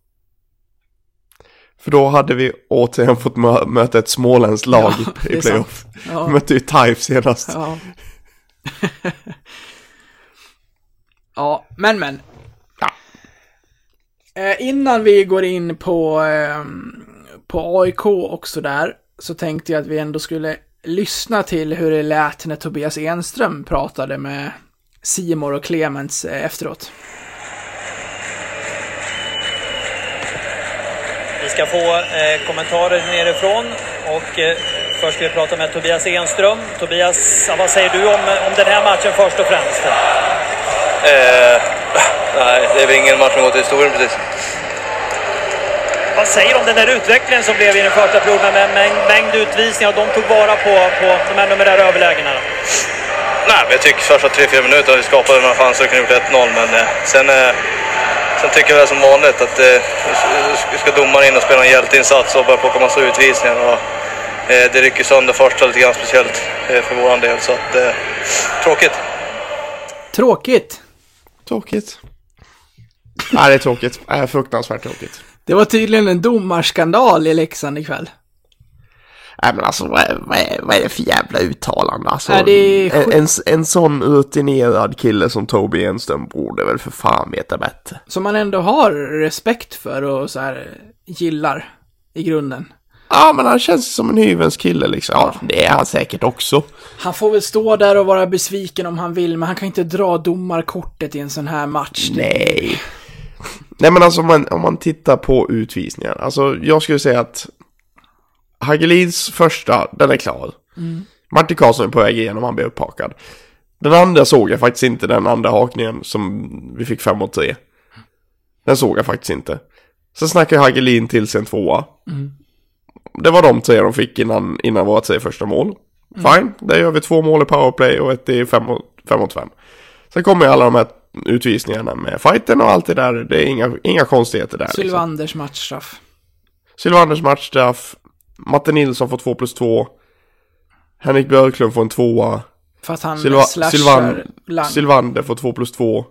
För då hade vi återigen fått mö- möta ett småländskt lag Ja, i, i playoff. Ja. Vi mötte ju Taif senast. Ja. Ja, men men. Ja. Eh, innan vi går in på eh, på A I K och så där, så tänkte jag att vi ändå skulle lyssna till hur det lät när Tobias Enström pratade med Simor och Clemens eh, efteråt. Vi ska få eh, kommentarer nerifrån och eh, först ska vi prata med Tobias Enström. Tobias, ja, vad säger du om, om den här matchen först och främst? Eh, nej, det är väl ingen match som går till historien precis. Vad säger du om den där utvecklingen som blev i den första perioden med en mängd, mängd utvisningar och de tog vara på, på de här numerära överlägena? Nej, men jag tycker första tre fyra minuter vi skapade några chanser och kunde gjort ett noll, men eh, sen, eh, sen tycker jag som vanligt att eh, ska domaren in och spela en hjälteinsats och börja plocka massa utvisningar och eh, det rycker sönder första lite grann speciellt eh, för våran del, så att eh, tråkigt. Tråkigt. Tråkigt. Nej, det är tråkigt. Det är fruktansvärt tråkigt. Det var tydligen en domarskandal i Leksand ikväll. Nej, men alltså, vad är, vad är, vad är det för jävla uttalande? Alltså, Nej, det är en, en, en sån rutinerad kille som Toby Enström borde väl för fan veta bättre. Som man ändå har respekt för och så här gillar i grunden. Ja, men han känns som en hyvens kille liksom. Ja, det är han säkert också. Han får väl stå där och vara besviken om han vill, men han kan inte dra domarkortet i en sån här match. Nej. Nej, men alltså om man, om man tittar på utvisningar. Alltså jag skulle säga att Hagelins första, den är klar. Mm. Martin Karlsson är på väg igenom, han blir upphakad. Den andra såg jag faktiskt inte, den andra hakningen som vi fick fem mot tre. Den såg jag faktiskt inte. Sen snackade Hagelin till sin tvåa. Mm. Det var de tre de fick innan, innan våra tre första mål. Mm. Fine, där gör vi två mål i powerplay och ett i fem mot fem. Sen kommer alla de här utvisningarna med fighten och allt det där. Det är inga, inga konstigheter där. Sylvanders liksom. matchstraff. Sylvanders matchstraff. Matte Nilsson får två plus två. Henrik Björklund får en tvåa. För att han Sylva- slashar Sylvan- Sylvander får två plus två.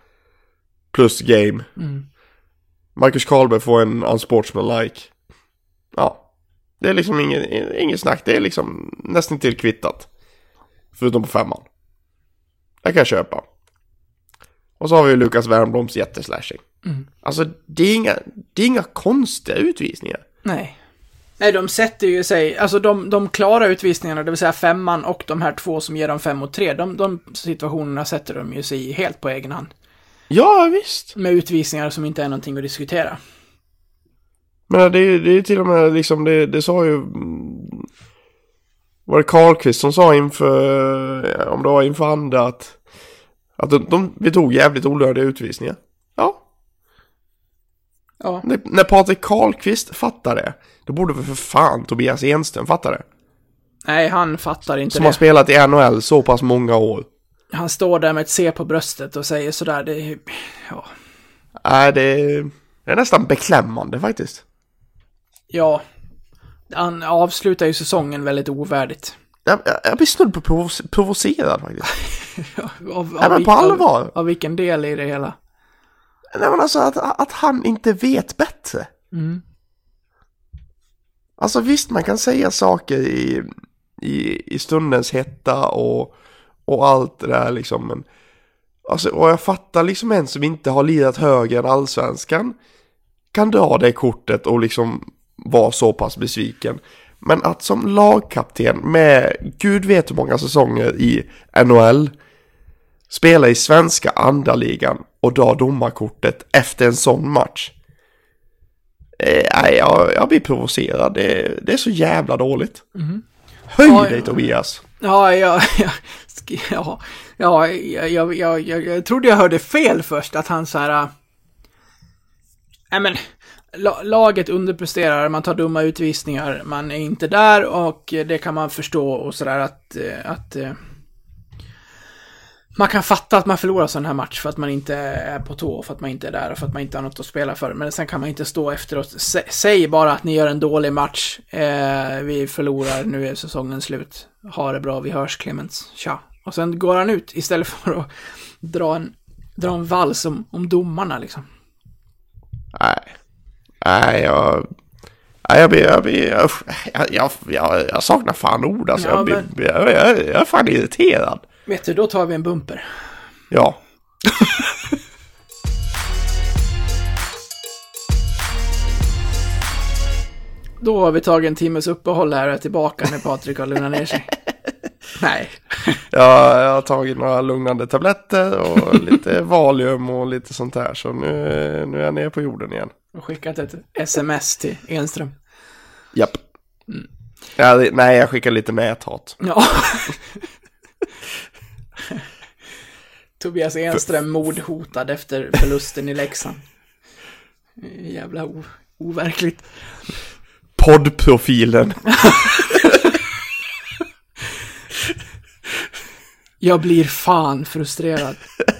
Plus game. Mm. Marcus Karlberg får en unsportsmanlike. Ja. Det är liksom inget, inget snack. Det är liksom nästan till kvittat. Förutom på femman. Det kan jag köpa. Och så har vi ju Lukas Wernbloms jätteslashing. Mm. Alltså det är, inga, det är inga konstiga utvisningar. Nej. Nej, de sätter ju sig... Alltså de, de klara utvisningarna, det vill säga femman och de här två som ger dem fem mot tre. De, de situationerna sätter de ju sig helt på egen hand. Ja, visst. Med utvisningar som inte är någonting att diskutera. Men det är, det är till och med liksom, det, det sa ju, var det Karlqvist som sa inför, om det var inför andra att, att de, de, vi tog jävligt olödiga utvisningar. Ja. Ja. När, när Patrik Karlqvist fattar det, då borde vi för fan Tobias Enström fatta det. Nej, han fattar inte som det. har spelat i N H L så pass många år. Han står där med ett C på bröstet och säger sådär, det är, ja. Nej, det är, det är nästan beklämmande faktiskt. Ja, han avslutar ju säsongen väldigt ovärdigt. Jag, jag, jag blir snudd på provo- provocerad faktiskt. ja, av, Nej, av, men på allvar. Av, av vilken del i det hela? Nej, men alltså att, att han inte vet bättre. Mm. Alltså visst, man kan säga saker i, i, i stundens hetta och, och allt det där liksom. Men, alltså, och jag fattar liksom en som inte har lirat högre än allsvenskan kan dra det kortet och liksom vara så pass besviken. Men att som lagkapten med gud vet hur många säsonger i N H L spela i svenska andra ligan och dra domarkortet efter en sån match. Nej, eh, jag, jag blir provocerad. Det, det är så jävla dåligt. Mm. Höj ja, dig, Tobias. Ja, ja, ja, ja, ja jag, jag, jag, jag trodde jag hörde fel först. Att han så här... Nej, men... Laget underpresterar, man tar dumma utvisningar, man är inte där och det kan man förstå och sådär att, att man kan fatta att man förlorar sån här match för att man inte är på tå, för att man inte är där och för att man inte har något att spela för. Men sen kan man inte stå efteråt. Sä, säg bara att ni gör en dålig match, eh, vi förlorar, nu är säsongen slut. Ha det bra, vi hörs Clemens, tja. Och sen går han ut istället för att dra en, dra en vals om, om domarna liksom. Nej. Nej, jag... Nej, jag, blir, jag, blir, jag, jag, jag, jag saknar fan ord. Alltså. Ja, jag, blir, men... jag, jag, jag är fan irriterad. Vet du, då tar vi en bumper. Ja. Då har vi tagit en timmes uppehåll här och är tillbaka när Patrik har lugnat ner sig. Nej. Ja, jag har tagit några lugnande tabletter och lite valium och lite sånt här. Så nu, nu är jag nere på jorden igen. Och skickat ett sms till Enström. Japp. Mm. Ja, nej, jag skickar lite näthat. Ja. Tobias Enström mordhotad efter förlusten i Leksand. Jävla o- overkligt. Poddprofilen. Jag blir fan frustrerad.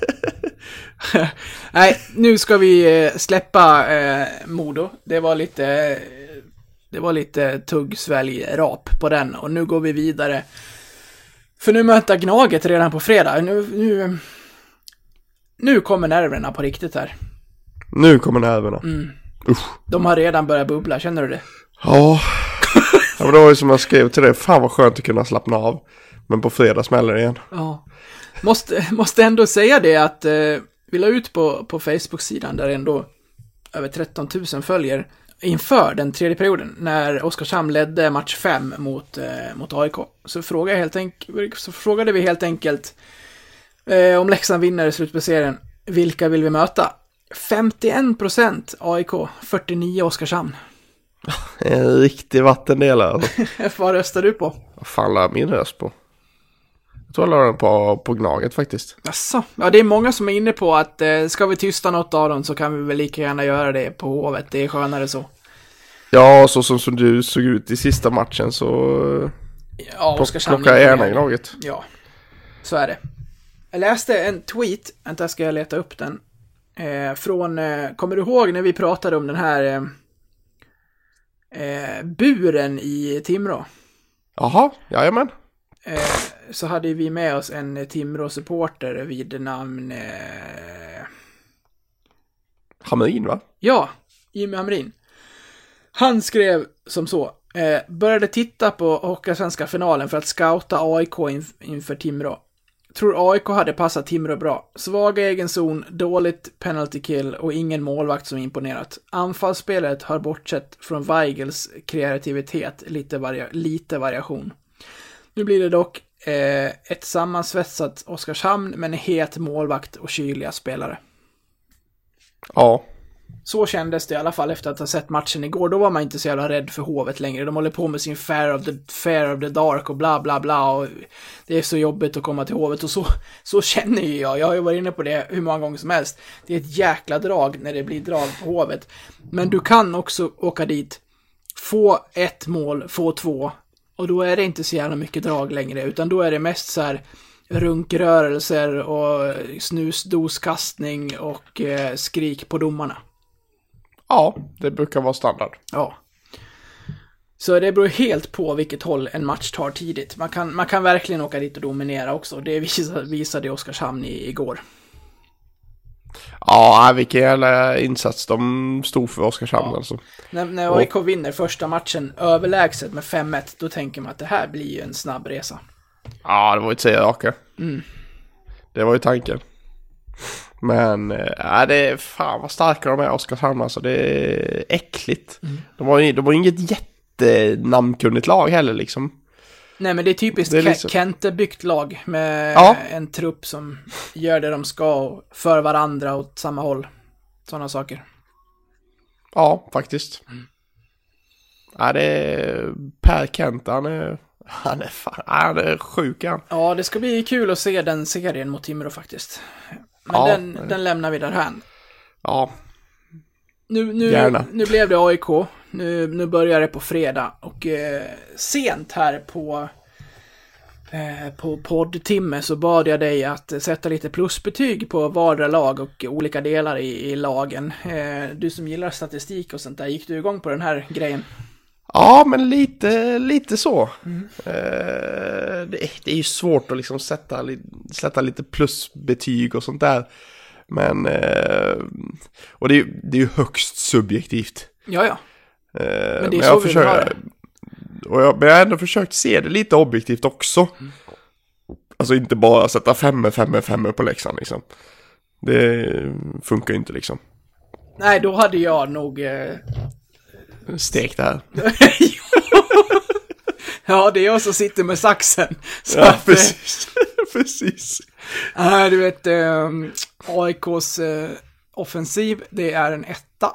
Nej, nu ska vi släppa eh, Modo. Det var lite det var lite tugg, svälj, rap på den. Och nu går vi vidare. För nu möter Gnaget redan på fredag. Nu, nu, nu kommer nerverna på riktigt här. Nu kommer nerverna. Mm. Usch. De har redan börjat bubbla, känner du det? Ja. Ja, men det var ju som jag skrev till dig. Fan vad skönt att kunna slappna av. Men på fredag smäller det igen. Ja. Måste, måste ändå säga det att eh, vi la ut på, på Facebook-sidan där ändå över tretton tusen följer inför den tredje perioden när Oskarshamn ledde match fem mot, eh, mot A I K. Så, frågade helt enk- så frågade vi helt enkelt eh, om Leksand vinner i slutspelsserien, vilka vill vi möta? femtioen procent A I K, fyrtionio Oskarshamn. En riktig vattendelare. Alltså. Vad röstar du på? Vad fan la min röst på? Jag tror jag la den på, på Gnaget faktiskt. Asså. Ja, det är många som är inne på att eh, ska vi tysta något av dem så kan vi väl lika gärna göra det på Hovet. Det är skönare så. Ja, så som, som du såg ut i sista matchen så ja, plockar jag gärna Gnaget. Ja, så är det. Jag läste en tweet, vänta ska jag leta upp den. Eh, från, eh, kommer du ihåg när vi pratade om den här eh, eh, buren i Timrå? Jaha, jajamän. Eh, så hade vi med oss en Timrå-supporter vid namn eh... Hamrin, va? Ja, Jimmy Hamrin. Han skrev som så: eh, började titta på Hockeyallsvenska finalen för att scouta A I K inf- inför Timrå. Tror A I K hade passat Timrå bra. Svaga egen zon, dåligt penalty kill och ingen målvakt som imponerat. Anfallsspelet har bortsett från Weigels kreativitet, lite, varia- lite variation. Nu blir det dock eh, ett sammansvetsat Oskarshamn med en het målvakt och kyliga spelare. Ja. Så kändes det i alla fall efter att ha sett matchen igår. Då var man inte så jävla rädd för Hovet längre. De håller på med sin fair of the, fair of the dark och bla bla bla. Och det är så jobbigt att komma till Hovet. Och så, så känner ju jag. Jag har ju varit inne på det hur många gånger som helst. Det är ett jäkla drag när det blir drag på Hovet. Men du kan också åka dit, få ett mål, få två. Och då är det inte så jävla mycket drag längre. Utan då är det mest så här runkrörelser och snusdoskastning och eh, skrik på domarna. Ja, det brukar vara standard. Ja. Så det beror helt på vilket håll en match tar tidigt. Man kan, man kan verkligen åka dit och dominera också. Det visade, visade Oskarshamn i, igår. Ja, vilken jävla insats de stod för Oskarshamn ja. Alltså. När, när A I K och... vinner första matchen överlägset med fem ett, då tänker man att det här blir ju en snabb resa. Ja, det var ju ett säga raka. Mm. Det var ju tanken. Men äh, det är fan vad starka de är Oskarshamn, alltså det är äckligt. Mm. De har ju de har inget jättenamnkunnigt lag heller liksom. Nej, men det är typiskt det är liksom... Kente-byggt lag med ja. En trupp som gör det de ska för varandra åt samma håll. Sådana saker. Ja, faktiskt. Mm. Ja, det är Per Kent, han är han är fan, han är sjuk han. Ja, det ska bli kul att se den serien mot Timrå faktiskt. Men ja, den, den lämnar vi därhän. Ja. Nu, nu, nu blev det A I K. Nu, nu börjar det på fredag. Och eh, sent här på, eh, på poddtimme så bad jag dig att sätta lite plusbetyg på vardera lag och olika delar i, i lagen. Eh, du som gillar statistik och sånt där, gick du igång på den här grejen? Ja, men lite, lite så. Mm. Eh, det, det är ju svårt att liksom sätta, sätta lite plusbetyg och sånt där. Men, eh, och det är, det är ju högst subjektivt. Ja, ja. Eh, men det är men så jag vi försöker, och jag, men jag har ändå försökt se det lite objektivt också. Mm. Alltså inte bara sätta fem, fem, fem på Leksand liksom. Det funkar ju inte liksom. Nej, då hade jag nog... Eh... Stek det här. Ja, det är jag som sitter med saxen. Så ja, att, precis. precis. Äh, du vet, eh, A I K:s eh, offensiv, det är en etta.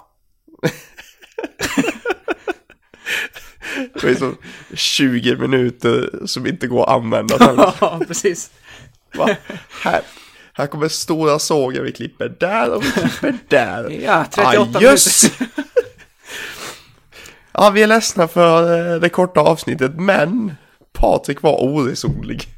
Det är så tjugo minuter som inte går att använda. Ja, precis. Va? Här, här kommer stora sågar, vi klipper där och vi klipper där. Ja, trettioåtta ah, minuter. Ja, vi är ledsna för det korta avsnittet, men Patrik var oresonlig.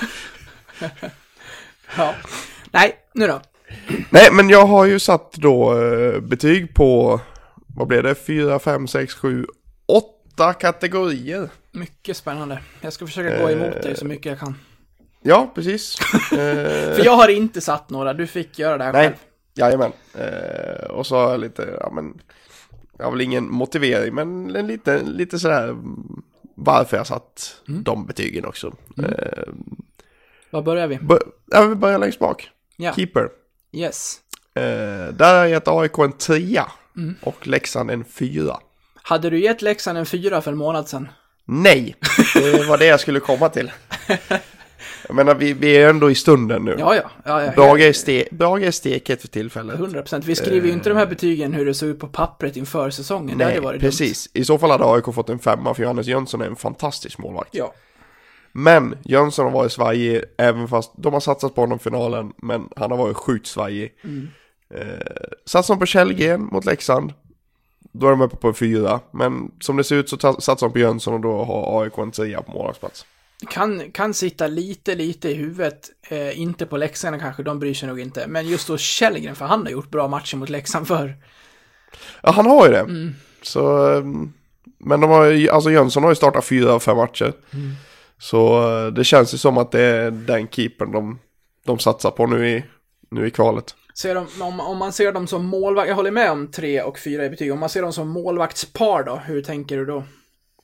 Ja. Nej, nu då. Nej, men jag har ju satt då betyg på, vad blev det? fyra, fem, sex, sju, åtta kategorier. Mycket spännande. Jag ska försöka gå emot dig så mycket jag kan. Ja, precis. För jag har inte satt några, du fick göra det här Nej. själv. Jajamän. Eh, och så har jag lite, ja men, jag har väl ingen motivering, men en lite, lite sådär varför jag satt mm. de betygen också. Mm. Eh, Var börjar vi? Bör, ja, vi börjar längst bak. Ja. Keeper. Yes. Eh, där har jag gett A I K en trea mm. och Leksand en fyra. Hade du gett Leksand en fyra för en månad sedan? Nej, det var det jag skulle komma till. Jag menar, vi, vi är ändå i stunden nu. Ja, ja. ja, ja Brage är, ste, Brage är steket för tillfället. hundra procent. Vi skriver ju inte de här betygen hur det såg ut på pappret inför säsongen. Nej, det hade varit precis. Dumt. I så fall hade A I K fått en femma, för Johannes Jönsson är en fantastisk målvakt. Ja. Men Jönsson har varit svajig, även fast de har satsat på honom i finalen, men han har varit sjukt svajig. Mm. Eh, satsar de på Källgren mot Leksand, då är de uppe på en fyra. Men som det ser ut så ta- satsar de på Jönsson, och då har A I K en trea på målvaktsplats. Kan, kan sitta lite, lite i huvudet. Eh, inte på Leksand kanske, de bryr sig nog inte. Men just då Källgren, för han har gjort bra matcher mot Leksand för. Ja, han har ju det. Mm. Så, men de har, alltså Jönsson har ju startat fyra av fem matcher. Mm. Så det känns ju som att det är den keepern de, de satsar på nu i, nu i kvalet. Ser de, om, om man ser dem som målvakt, jag håller med om tre och fyra i betyg. Om man ser dem som målvaktspar då, hur tänker du då?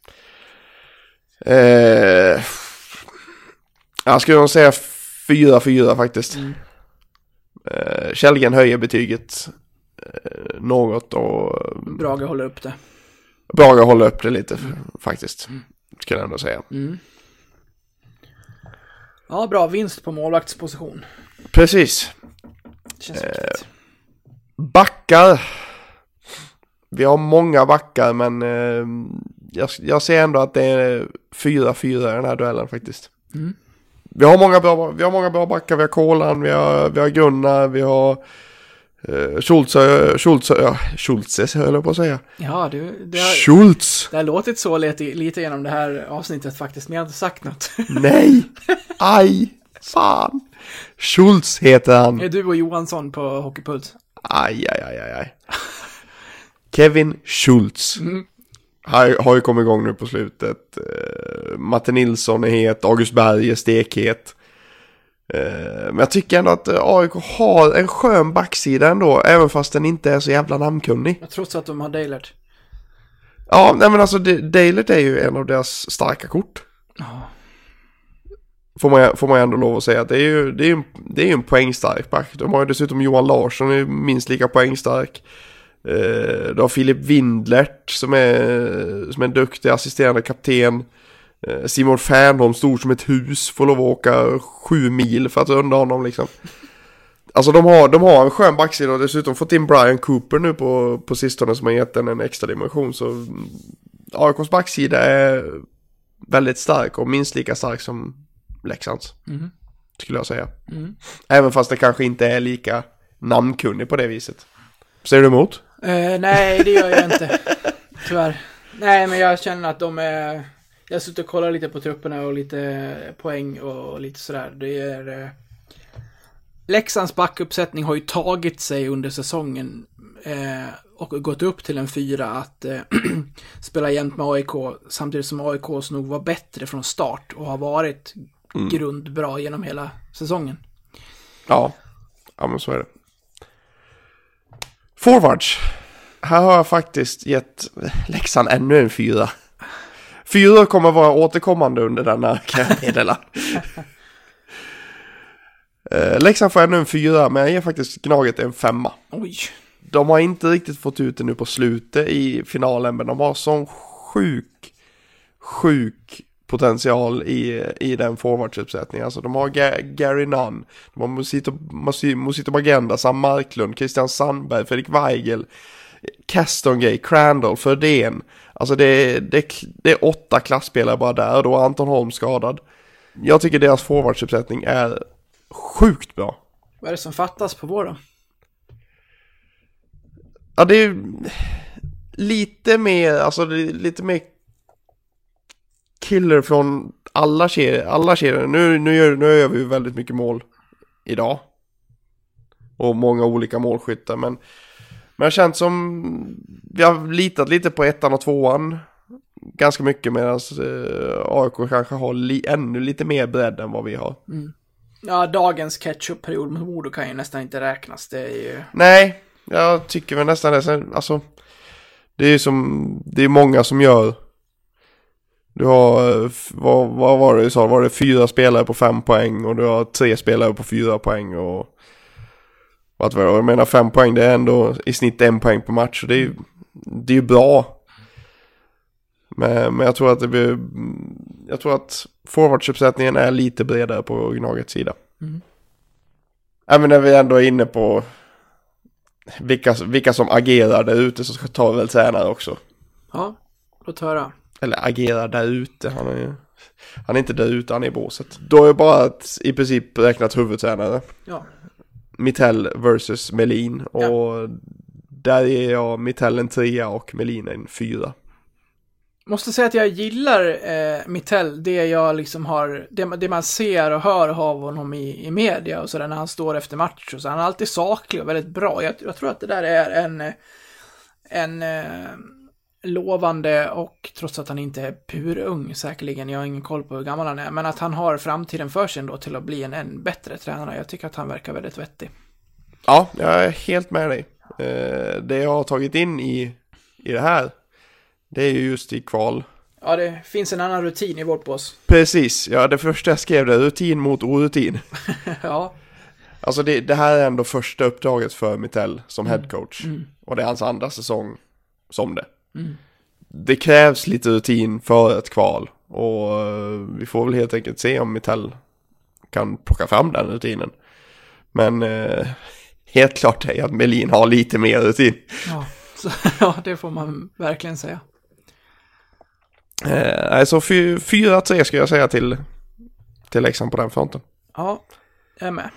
Eh, jag skulle nog säga fyra fyra faktiskt. Mm. Eh, Källgren höjer betyget eh, något, och Brage håller upp det. Brage håller upp det lite mm. faktiskt. Skulle jag ändå säga. Mm. Ja, bra vinst på målvaktsposition. Precis. Det känns eh, viktigt. Backar. Vi har många backar, men eh, jag, jag ser ändå att det är fyra fyra i den här duellen faktiskt. Mm. Vi har många bra, vi har många bra backar. Vi har Kolan, vi har, vi har Gunnar, vi har eh, Schultz, Schultz, ja, Schultz höll jag på att säga. Ja, du, det har, Schultz. Det har låtit så lite, lite genom det här avsnittet faktiskt, men jag har inte sagt något. Nej, aj, fan. Schultz heter han. Är du och Johansson på Hockeypuls? Aj, aj, aj, aj. Kevin Schultz. Mm. Har, har ju kommit igång nu på slutet. Uh, Matte Nilsson är het, August Berg är stekhet. Uh, men jag tycker ändå att A I K har en skön backsida ändå, även fast den inte är så jävla namnkunnig. Trots att de har Dalert. Ja, nej men alltså Dalert är ju en av deras starka kort. Oh. Får man, får man ändå lov att säga att det är ju, det är ju, det är ju en poängstark back. De har ju dessutom Johan Larsson, är minst lika poängstark. Uh, du har Filip Windlert som är, som är en duktig assisterande kapten. uh, Simon Fernholm, stor som ett hus, får lov att åka sju mil för att runda honom liksom. Alltså de har, de har en skön backsida, och dessutom fått in Brian Cooper nu på, på sistone, som har gett den en extra dimension. Så A I K:s backsida är väldigt stark, och minst lika stark som Leksands, mm. skulle jag säga. Mm. Även fast det kanske inte är lika namnkunnig på det viset. Säger du emot? Uh, nej, det gör jag inte. Tyvärr. Nej, men jag känner att de är... Jag har suttit och kollat lite på trupperna och lite poäng och lite sådär. Det är... Uh... Leksands backuppsättning har ju tagit sig under säsongen eh, och gått upp till en fyra att eh, spela jämt med A I K, samtidigt som A I K nog var bättre från start och har varit mm. grundbra genom hela säsongen. Ja, ja men så är det. Forwards. Här har jag faktiskt gett Leksand ännu en fyra. Fyra kommer vara återkommande under denna karriärmedela. uh, Leksand får ännu en fyra, men jag ger faktiskt Gnaget en femma. Oj. De har inte riktigt fått ut det nu på slutet i finalen, men de har sån sjuk, sjuk potential i, i den forwardsuppsättningen. Alltså de har Ga- Gary Nunn, de har Mosito, Mosito Magenda, Sam Marklund, Christian Sandberg, Fredrik Weigel, Castongay, Crandall, Fördén. Alltså det, det, det är åtta klassspelare bara där, och då är Anton Holm skadad. Jag tycker deras forwardsuppsättning är sjukt bra. Vad är det som fattas på vår då? Ja, det är lite mer, alltså det är lite mer killer från alla kedjor, alla kedjor. Nu, nu, gör, nu gör vi ju väldigt mycket mål idag. Och många olika målskyttar, men Men det känns som vi har litat lite på ettan och tvåan ganska mycket, medan eh, A I K kanske har li- ännu lite mer bredd än vad vi har. Mm. Ja, dagens catch-up-period med Modo kan ju nästan inte räknas. Det är ju... Nej, jag tycker väl nästan det. Alltså, det är ju som, det är många som gör. Du har, vad, vad var det du sa? Var det fyra spelare på fem poäng, och du har tre spelare på fyra poäng, och vad var det? Jag menar, fem poäng, det är ändå i snitt en poäng på match, och det är ju, det är ju bra. Men, men jag tror att det blir, jag tror att forwardsuppsättningen är lite bredare på Gnagets sida. Mm. Även när vi ändå är inne på vilka, vilka som agerar där ute, så ska ta väl tränare också. Ja, låt höra. Eller agerar där ute, han är ju... Han är inte där ute, han är i båset. Då är bara att i princip räknat huvudtränare. Ja. Mittell versus Melin. Och Ja. där är jag Mittell en trea och Melin en fyra. Måste säga att jag gillar eh, Mittell, det jag liksom har, det, det man ser och hör av honom i, i media och sådär när han står efter match och så. Han är alltid saklig och väldigt bra. Jag, jag tror att det där är en, en eh, lovande, och trots att han inte är purung säkerligen, jag har ingen koll på hur gammal han är, men att han har framtiden för sig då till att bli en, en bättre tränare. Jag tycker att han verkar väldigt vettig. Ja, jag är helt med dig. Eh, det jag har tagit in i, i det här, det är ju just i kval. Ja, det finns en annan rutin i vårt bås. Precis, ja, det första jag skrev det, rutin mot orutin. Ja. Alltså det, det här är ändå första uppdraget för Mittell som Mm. headcoach. Mm. Och det är hans andra säsong som det. Mm. Det krävs lite rutin för ett kval. Och uh, vi får väl helt enkelt se om Mittell kan plocka fram den rutinen. Men uh, helt klart är att Melin har lite mer rutin. Ja, så, ja, det får man verkligen säga. Uh, alltså fyra tre ska jag säga till, till Leksand på den fronten. Ja, jag är med.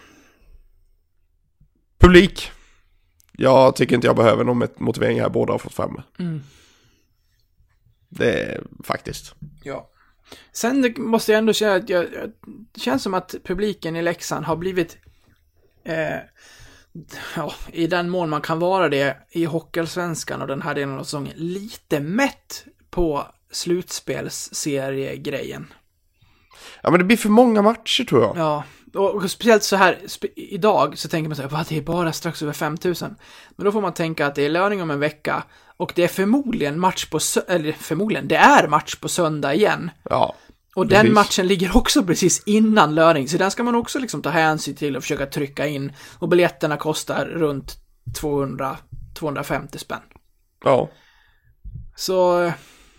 Publik. Jag tycker inte jag behöver någon motivering här, båda har fått fram. Mm. Det är faktiskt. Ja. Sen måste jag ändå säga att jag, det känns som att publiken i Leksand har blivit eh, ja, i den mån man kan vara det i Hockeyallsvenskan och den här delen av säsongen, lite mätt på slutspelsseriegrejen. Ja, men det blir för många matcher tror jag. Ja, och speciellt så här spe- idag så tänker man så här, vad, det är bara strax över fem tusen. Men då får man tänka att det är löning om en vecka och det är förmodligen match på sö- eller förmodligen, det är match på söndag igen. Ja. Och precis. Den matchen ligger också precis innan löning, så den ska man också liksom ta hänsyn till och försöka trycka in. Och biljetterna kostar runt tvåhundra till tvåhundrafemtio spänn. Ja. Så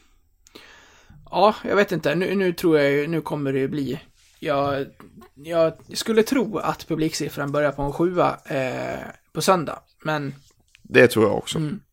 ja, jag vet inte. Nu, nu tror jag ju, nu kommer det ju bli. Jag, jag skulle tro att publiksiffran börjar på en sjua eh, på söndag. Men det tror jag också. Mm.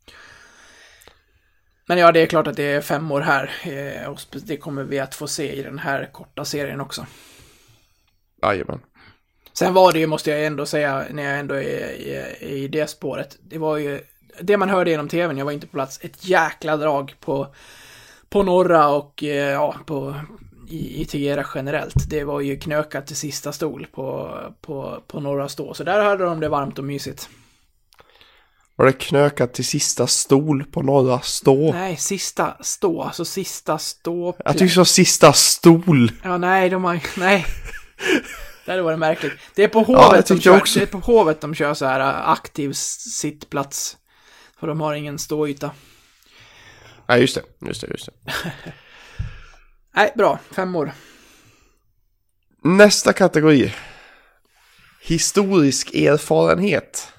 Men ja, det är klart att det är fem år här. Eh, och det kommer vi att få se i den här korta serien också. Jajamän. Sen var det ju, måste jag ändå säga, när jag ändå är i, i det spåret. Det var ju, det man hörde genom tvn, jag var inte på plats, ett jäkla drag på, på norra och eh, ja, på, i, i Tegera generellt. Det var ju knökat till sista stol på, på, på norra stå. Så där hade de det varmt och mysigt. Var det knökat till sista stol på norra stå? Nej, sista stå, alltså sista stå. Jag tycker så sista stol. Ja, nej, de har, nej. Det var det märkligt. Det är på hovet, Ja, de kör, också. det är på hovet de kör så här aktiv sittplats. För de har ingen ståyta. Nej, just det. Just det, just det. Nej, bra. Fem år. Nästa kategori. Historisk erfarenhet.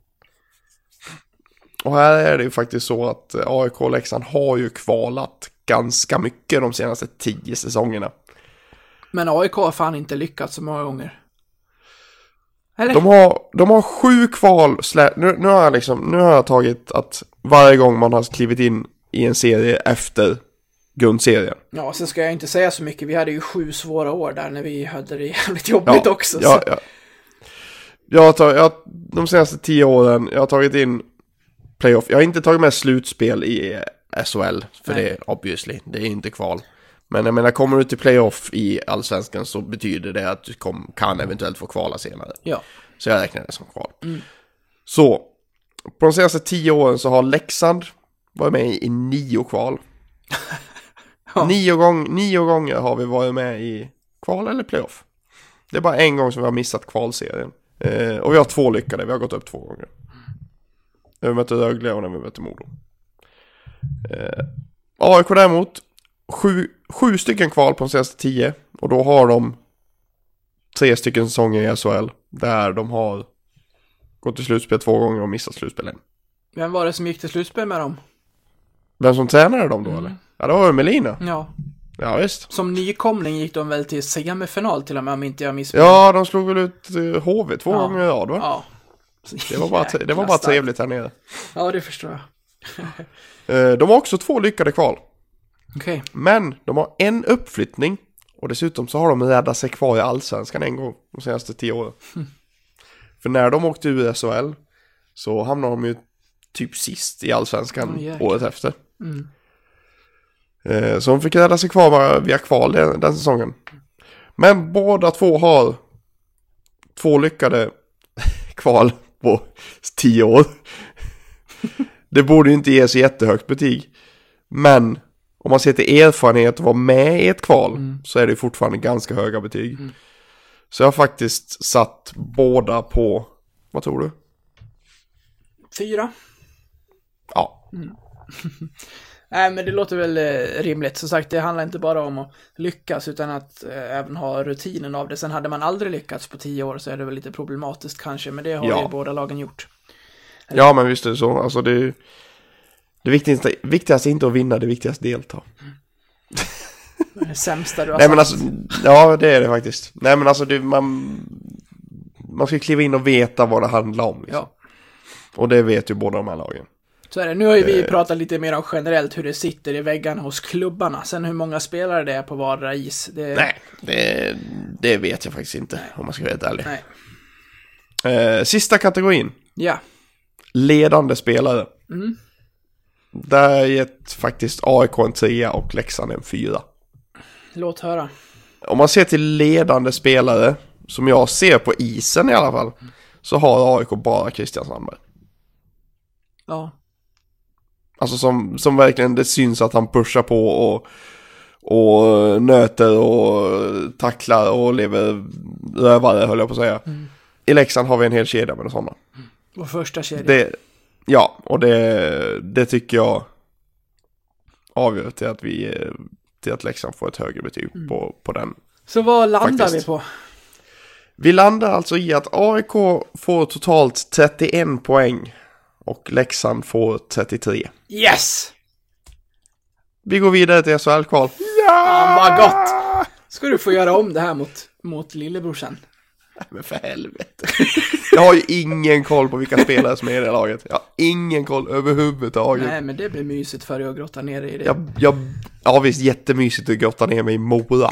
Och här är det ju faktiskt så att A I K och Leksand har ju kvalat ganska mycket de senaste tio säsongerna. Men A I K har fan inte lyckats så många gånger. Eller? De har, de har sju kval. Slä, nu, nu, har jag liksom, nu har jag tagit att varje gång man har klivit in i en serie efter grundserien. Ja, sen ska jag inte säga så mycket. Vi hade ju sju svåra år där när vi hade det jävligt jobbigt Ja, också. ja, så. ja. Jag har tagit, jag, de senaste tio åren, jag har tagit in playoff. Jag har inte tagit med slutspel i S H L, för Nej. det är obviously, det är inte kval. Men jag menar, kommer du till playoff i Allsvenskan så betyder det att du kom, kan eventuellt få kvala senare. Ja. Så jag räknar det som kval. Mm. Så, på de senaste tio åren så har Leksand varit med i nio kval. Ja. Nio, gång, nio gånger har vi varit med i kval eller playoff. Det är bara en gång som vi har missat kvalserien. Eh, och vi har två lyckade, vi har gått upp två gånger. När vi mötte Rögle och när vi mötte Modo. Eh, A I K däremot, sju, sju stycken kval på de senaste tio. Och då har de tre stycken säsonger i S H L. Där de har gått till slutspel två gånger och missat slutspelen. Vem var det som gick till slutspel med dem? Vem som tränade dem då Mm. eller? Ja, det var ju Melina. Ja. Ja, visst. Som nykomling gick de väl till semifinal till och med, om inte jag missminner. Ja, de slog väl ut H V två ja. gånger i rad, va? Ja. Det var bara, det var bara trevligt här nere. Ja, det förstår jag. De har också två lyckade kval. Okej. Okay. Men de har en uppflyttning. Och dessutom så har de räddat sig kvar i Allsvenskan en gång de senaste tio åren. Mm. För när de åkte ur S H L så hamnade de ju typ sist i Allsvenskan oh, året efter. Mm. Så de fick rädda sig kvar via kval den, den säsongen. Men båda två har två lyckade kval på tio år. Det borde ju inte ge så jättehögt betyg. Men om man ser till erfarenhet och vara med i ett kval mm. så är det fortfarande ganska höga betyg. Mm. Så jag har faktiskt satt båda på, vad tror du? Fyra. Ja. Mm. Nej, men det låter väl eh, rimligt. Som sagt, det handlar inte bara om att lyckas utan att eh, även ha rutinen av det. Sen hade man aldrig lyckats på tio år så är det väl lite problematiskt kanske. Men det har ja. ju båda lagen gjort. Eller? Ja, men visst är det så. Alltså det, det viktigaste, viktigaste är inte att vinna, det viktigaste är att delta. Det sämsta du har Nej, sagt. men alltså, ja, det är det faktiskt. Nej, men alltså det, man, man ska kliva in och veta vad det handlar om. Liksom. Ja. Och det vet ju båda de här lagen. Så är det. Nu har ju vi pratat lite mer om generellt hur det sitter i väggarna hos klubbarna. Sen hur många spelare det är på vardera is. Det... Nej, det, det vet jag faktiskt inte. Nej. Om man ska vara helt ärlig. Nej. Eh, sista kategorin. Ja. Ledande spelare. Mm. Där är gett faktiskt A I K en trea och Leksand en fyra. Låt höra. Om man ser till ledande spelare, som jag ser på isen i alla fall, så har A I K bara Christian Sandberg. Ja. Alltså som, som verkligen det syns att han pushar på och, och nöter och tacklar och lever rövare, höll jag på att säga. Mm. I Leksand har vi en hel kedja med sådana. Mm. Och första kedjan. Det, ja, och det, det tycker jag avgör till att vi till att Leksand får ett högre betyg mm. på, på den. Så vad landar faktiskt. vi på? Vi landar alltså i att A I K får totalt trettioen poäng och Leksand får trettiotre. Yes! Vi går vidare till S H L-kval. Ja, vad gott! Ska du få göra om det här mot, mot lillebrorsan? Men för helvete. Jag har ju ingen koll på vilka spelare som är i det laget. Jag har ingen koll överhuvudtaget. Nej, men det blir mysigt för dig att grotta ner i det. Jag, jag, ja, visst, jättemysigt att grotta ner mig i Mora.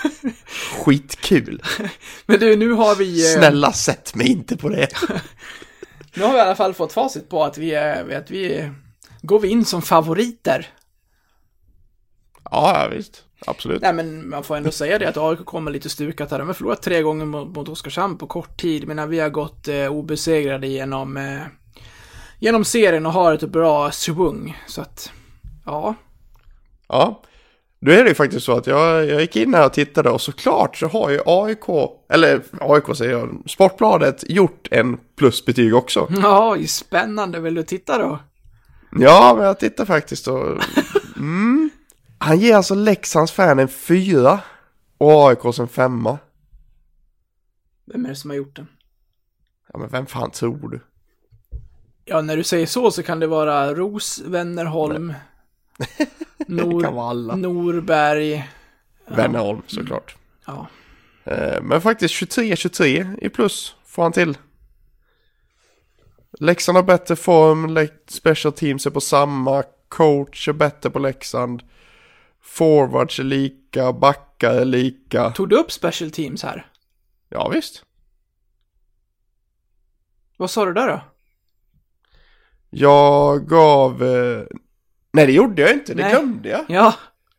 Skitkul. Men du, nu har vi... Snälla, sätt mig inte på det. Nu har vi i alla fall fått facit på att vi är... Att vi går vi in som favoriter. Ja, visst. Absolut. Nej, men man får ändå säga det att A I K kommer lite stukat här. De har förlorat tre gånger mot, mot Oskarshamn på kort tid. Men vi har gått eh, obesegrade genom, eh, genom serien och har ett bra svung. Så att, ja. Ja, då är det ju faktiskt så att jag, jag gick in här och tittade och såklart så har ju A I K, eller A I K säger jag, Sportbladet gjort en plusbetyg också. Ja, spännande. Vill du titta då? Ja, men jag tittar faktiskt och... Mm. Han ger alltså Leksands fan en fyra och A I K:s en femma. Vem är det som har gjort den? Ja, men vem fan tror du? Ja, när du säger så så kan det vara Ros, Wennerholm, Nor- kan vara alla. Norberg. Wennerholm, ja. Såklart. Ja. Men faktiskt tjugotre tjugotre i plus får han till. Leksand har bättre form, special teams är på samma, coach är bättre på Leksand. Forwards är lika, backar är lika. Tog du upp special teams här? Ja, visst. Vad sa du där då? Jag gav... Eh... Nej, det gjorde jag inte. Det Nej. glömde jag. Ja.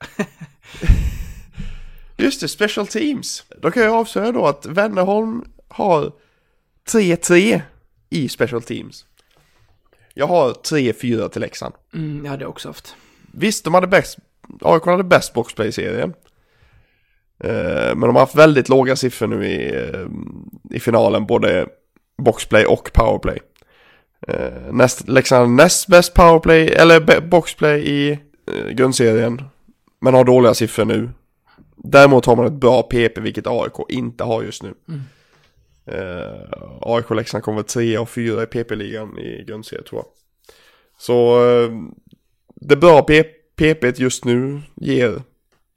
Just det, special teams. Då kan jag avslöja då att Wennerholm har tre tre i special teams. Jag har tre fyra till Leksand. Mm, jag hade också haft. Visst, de hade bäst... A I K hade bäst boxplay i serien. Eh, men de har haft väldigt låga siffror nu i, eh, i finalen. Både boxplay och powerplay. Eh, näst, Leksand näst bäst powerplay, eller be, boxplay i eh, grundserien. Men har dåliga siffror nu. Däremot har man ett bra P P, vilket A I K inte har just nu. Mm. Eh, A I K Leksand kommer tre och fyra i P P-ligan i grundserien, tror jag. Så eh, det bra P P P P just nu ger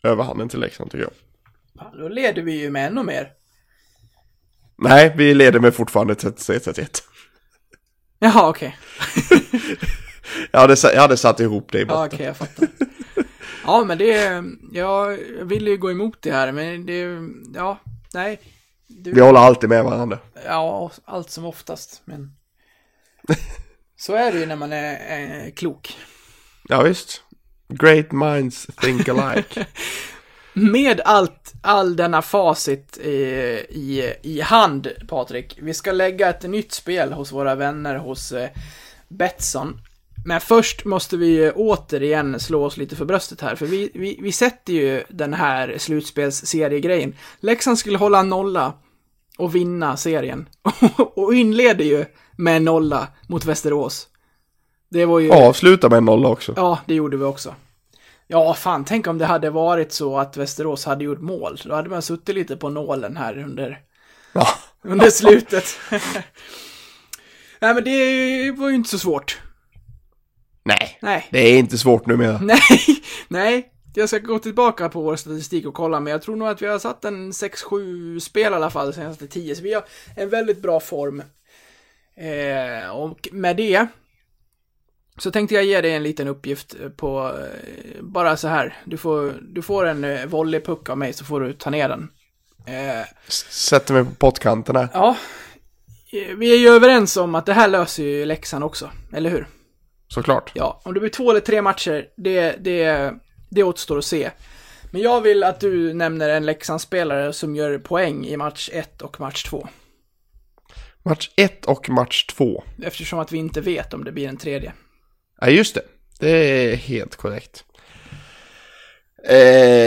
överhanden till Leksand tycker jag. Ja, då leder vi ju med ännu mer. Nej, vi leder med fortfarande trettiotre trettioett. Jaha, okej. Okay. jag, hade, jag hade satt ihop det i botten. Ja, okej, okay, jag fattar. Ja, men det... Jag vill ju gå emot det här, men det... Ja, nej. Du, vi håller alltid med varandra. Ja, allt som oftast, men... Så är det ju när man är, är klok. Ja, visst. Great minds think alike. Med allt, all denna facit i, i, i hand, Patrik. Vi ska lägga ett nytt spel hos våra vänner hos eh, Betsson. Men först måste vi återigen slå oss lite för bröstet här. För vi, vi, vi sätter ju den här slutspelsseriegrejen. Leksand skulle hålla nolla och vinna serien. Och inleder ju med en nolla mot Västerås. Det var ju... Avsluta med en nolla också. Ja, det gjorde vi också. Ja, fan, tänk om det hade varit så att Västerås hade gjort mål. Då hade man suttit lite på nålen här under, ja. under slutet. Nej, men det var ju inte så svårt. Nej, nej, det är inte svårt numera. Nej, nej. Jag ska gå tillbaka på vår statistik och kolla, men jag tror nog att vi har satt en sex sju spel i alla fall senaste tio. Så vi har en väldigt bra form. Eh, och med det så tänkte jag ge dig en liten uppgift på eh, bara så här. Du får, du får en eh, volleypuck av mig, så får du ta ner den. Eh, Sätter mig på pottkanten här. Ja, vi är ju överens om att det här löser ju Leksand också, eller hur? Såklart. Ja, om det blir två eller tre matcher, det, det, det återstår att se. Men jag vill att du nämner en Leksandsspelare som gör poäng i match ett och match två. Match ett och match två. Eftersom att vi inte vet om det blir en tredje. Ja, just det. Det är helt korrekt. Eh,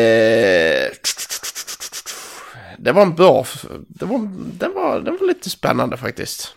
det var en bra... Det var, det var, det var lite spännande faktiskt.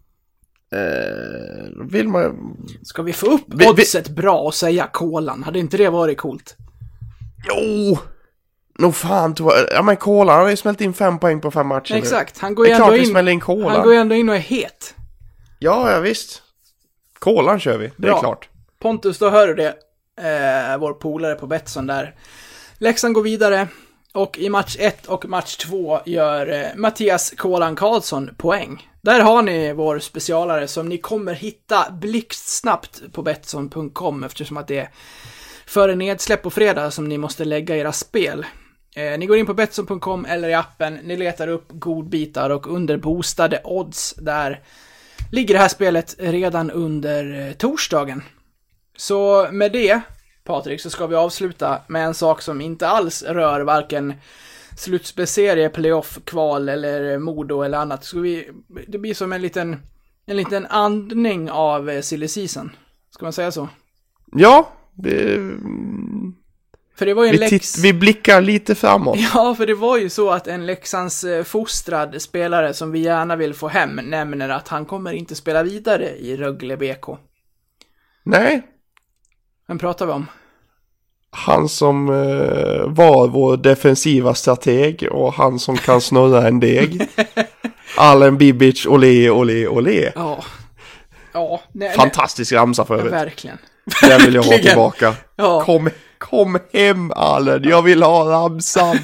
Eh, vill man... Ska vi få upp vi, oddset vi... bra och säga Kolan? Hade inte det varit coolt? Jo! Nå fan, tog... ja men Kolan har ju smält in fem poäng på fem matcher. Exakt, han går ju ändå in, in han går ändå in och är het. Ja, ja visst. Kolan kör vi, det bra. Är klart. Pontus, då hör du det. Eh, vår polare på Betsson där. Leksand går vidare. Och i match ett och match två gör eh, Mattias Kolan Karlsson poäng. Där har ni vår specialare som ni kommer hitta blixtsnabbt på Betsson punkt com, eftersom att det är före nedsläpp på fredag som ni måste lägga era spel. Eh, ni går in på Betsson punkt com eller i appen, ni letar upp godbitar och under boostade odds där ligger det här spelet redan under eh, torsdagen. Så med det, Patrik, så ska vi avsluta med en sak som inte alls rör varken slutspelserie, playoff, kval eller Modo eller annat. Så vi, det blir som en liten, en liten andning av eh, silly season. Ska man säga så? Ja, det... För det var ju en vi, Lex... titt, vi blickar lite framåt. Ja, för det var ju så att en Leksands fostrad spelare som vi gärna vill få hem nämner att han kommer inte spela vidare i Rögle B K. Nej. Vem pratar vi om? Han som eh, var vår defensiva strateg och han som kan snurra en deg. Alen Bibic, olé, olé, olé. Ja. Ja. Nej, fantastisk ramsa för övrigt. Ja, verkligen. Den vill jag ha tillbaka. Ja. Kom, kom hem, Allen. Jag vill ha ramsan.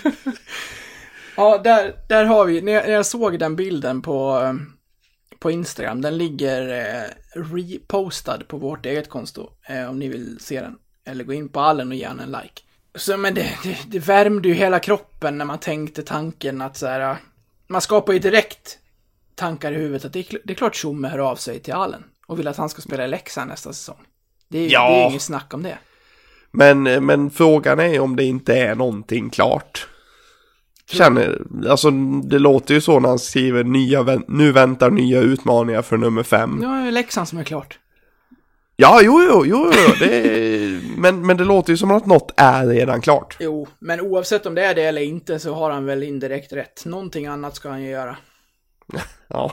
Ja, där, där har vi. När jag, när jag såg den bilden på, på Instagram, den ligger eh, repostad på vårt eget konto, eh, om ni vill se den. Eller gå in på Allen och ge en like. Så, men det, det, det värmde ju hela kroppen när man tänkte tanken att så här, man skapar ju direkt tankar i huvudet att det är, det är klart Tjomme hör av sig till Allen och vill att han ska spela i Leksand nästa säsong. Det är, ja. det är inget snack om det. Men, men frågan är om det inte är någonting klart. Känner, alltså det låter ju så när han skriver nya, nu väntar nya utmaningar för nummer fem. Ja, det är Leksand som är klart. Ja, jo, jo, jo, jo det är, men, men det låter ju som att något är redan klart. Jo, men oavsett om det är det eller inte så har han väl indirekt rätt. Någonting annat ska han ju göra. Ja.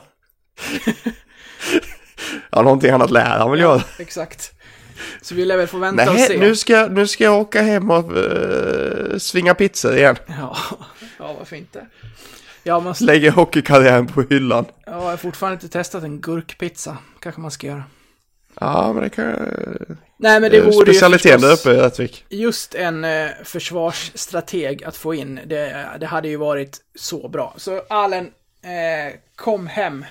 Ja, någonting annat lär han väl ja, göra. Exakt. Så vi lär väl få vänta Nej, och se. nu ska, nu ska jag åka hem och uh, svinga pizza igen. Ja, ja varför inte? Jag måste... Lägger hockeykarriären på hyllan. Ja, jag har fortfarande inte testat en gurkpizza. Kanske man ska göra. Ja, men det kan... Nej, men det vore specialiteten där uppe i Rättvik. Just en eh, försvarsstrateg att få in. Det, det hade ju varit så bra. Så Allen, eh, kom hem.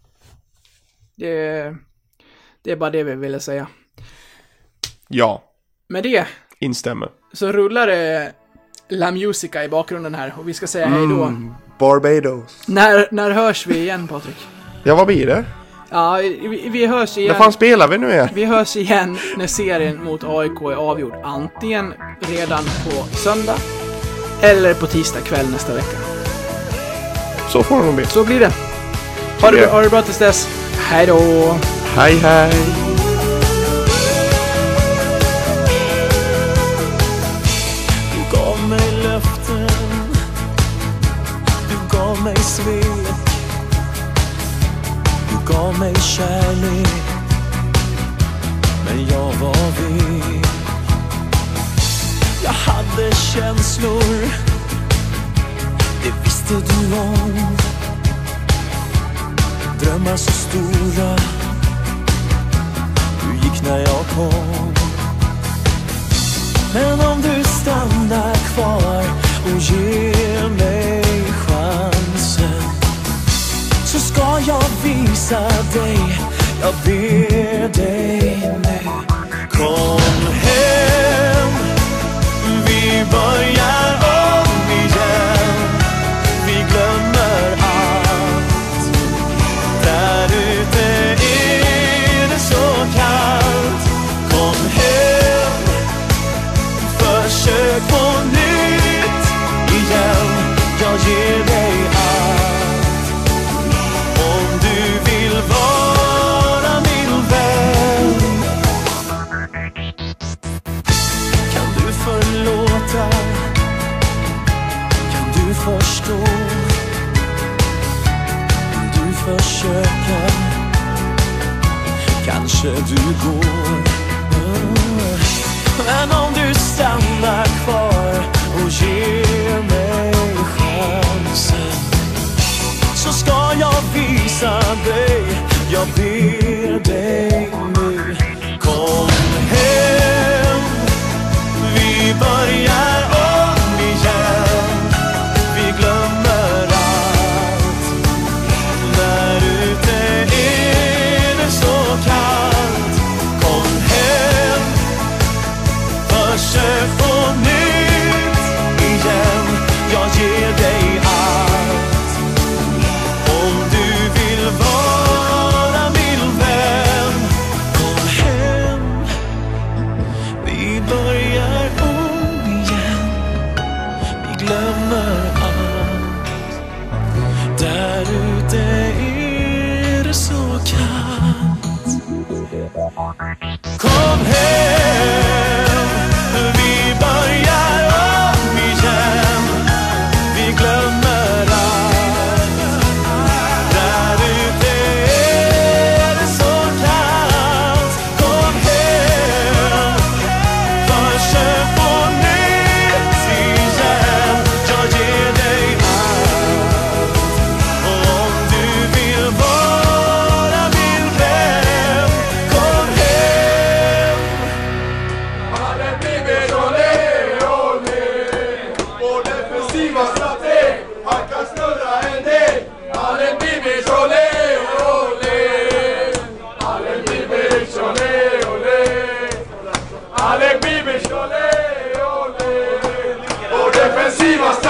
Det, det är bara det vi ville säga. Ja. Med det instämmer. Så rullar det La Musica i bakgrunden här. Och vi ska säga hej då. Mm, Barbados. När, när hörs vi igen, Patrik? Ja, vad blir det? Ja, vi, vi hörs igen. När fan spelar vi nu igen? Vi hörs igen när serien mot A I K är avgjord. Antingen redan på söndag eller på tisdag kväll nästa vecka. Så får det nog bli. Så blir det. Ha det, ha det bra tills dess. Hej då. Hej hej. Du gav mig löften. Du gav mig svek. Du gav mig kärlek. Men jag var vek. Jag hade känslor. Det visste du om. Drömmar så stora. Du gick när jag kom. Men om du stannar kvar och ger mig chansen, så ska jag visa dig. Jag ber dig nu. Kom hem. Vi börjar om igen. Vi glömmer allt. Där ute är det så kallt. Kom hem. Försök på nytt igen. Jag ger dig allt. Om du vill vara min vän. Kan du förlåta? Kan du förstå? Vill du försöka? Kanske du går. Men om du stannar kvar och ger mig chansen, så ska jag visa dig. Jag ber dig nu. Kom hem. Vi börjar om igen. Vi glömmer allt. Där ute är det så kallt. Kom hem. Försök på nytt igen. Jag ger dig allt. Om du vill vara min vän. Kom hem. Vi börjar om igen. Vi glömmer allt. Där ute är det så kallt. Kom hem. Vi börjar om igen. Vi glömmer allt. Där ute är det så kallt. Kom hem. Försök på nytt igen. Jag ger dig allt. Och om du vill vara min vän, kom hem. Hade blivit olé, olé. Vår defensiva strateg, han kan snurra en del. Hade blivit olé, olé. Hade blivit olé, olé. Hade blivit olé, olé. Vår defensiva strateg.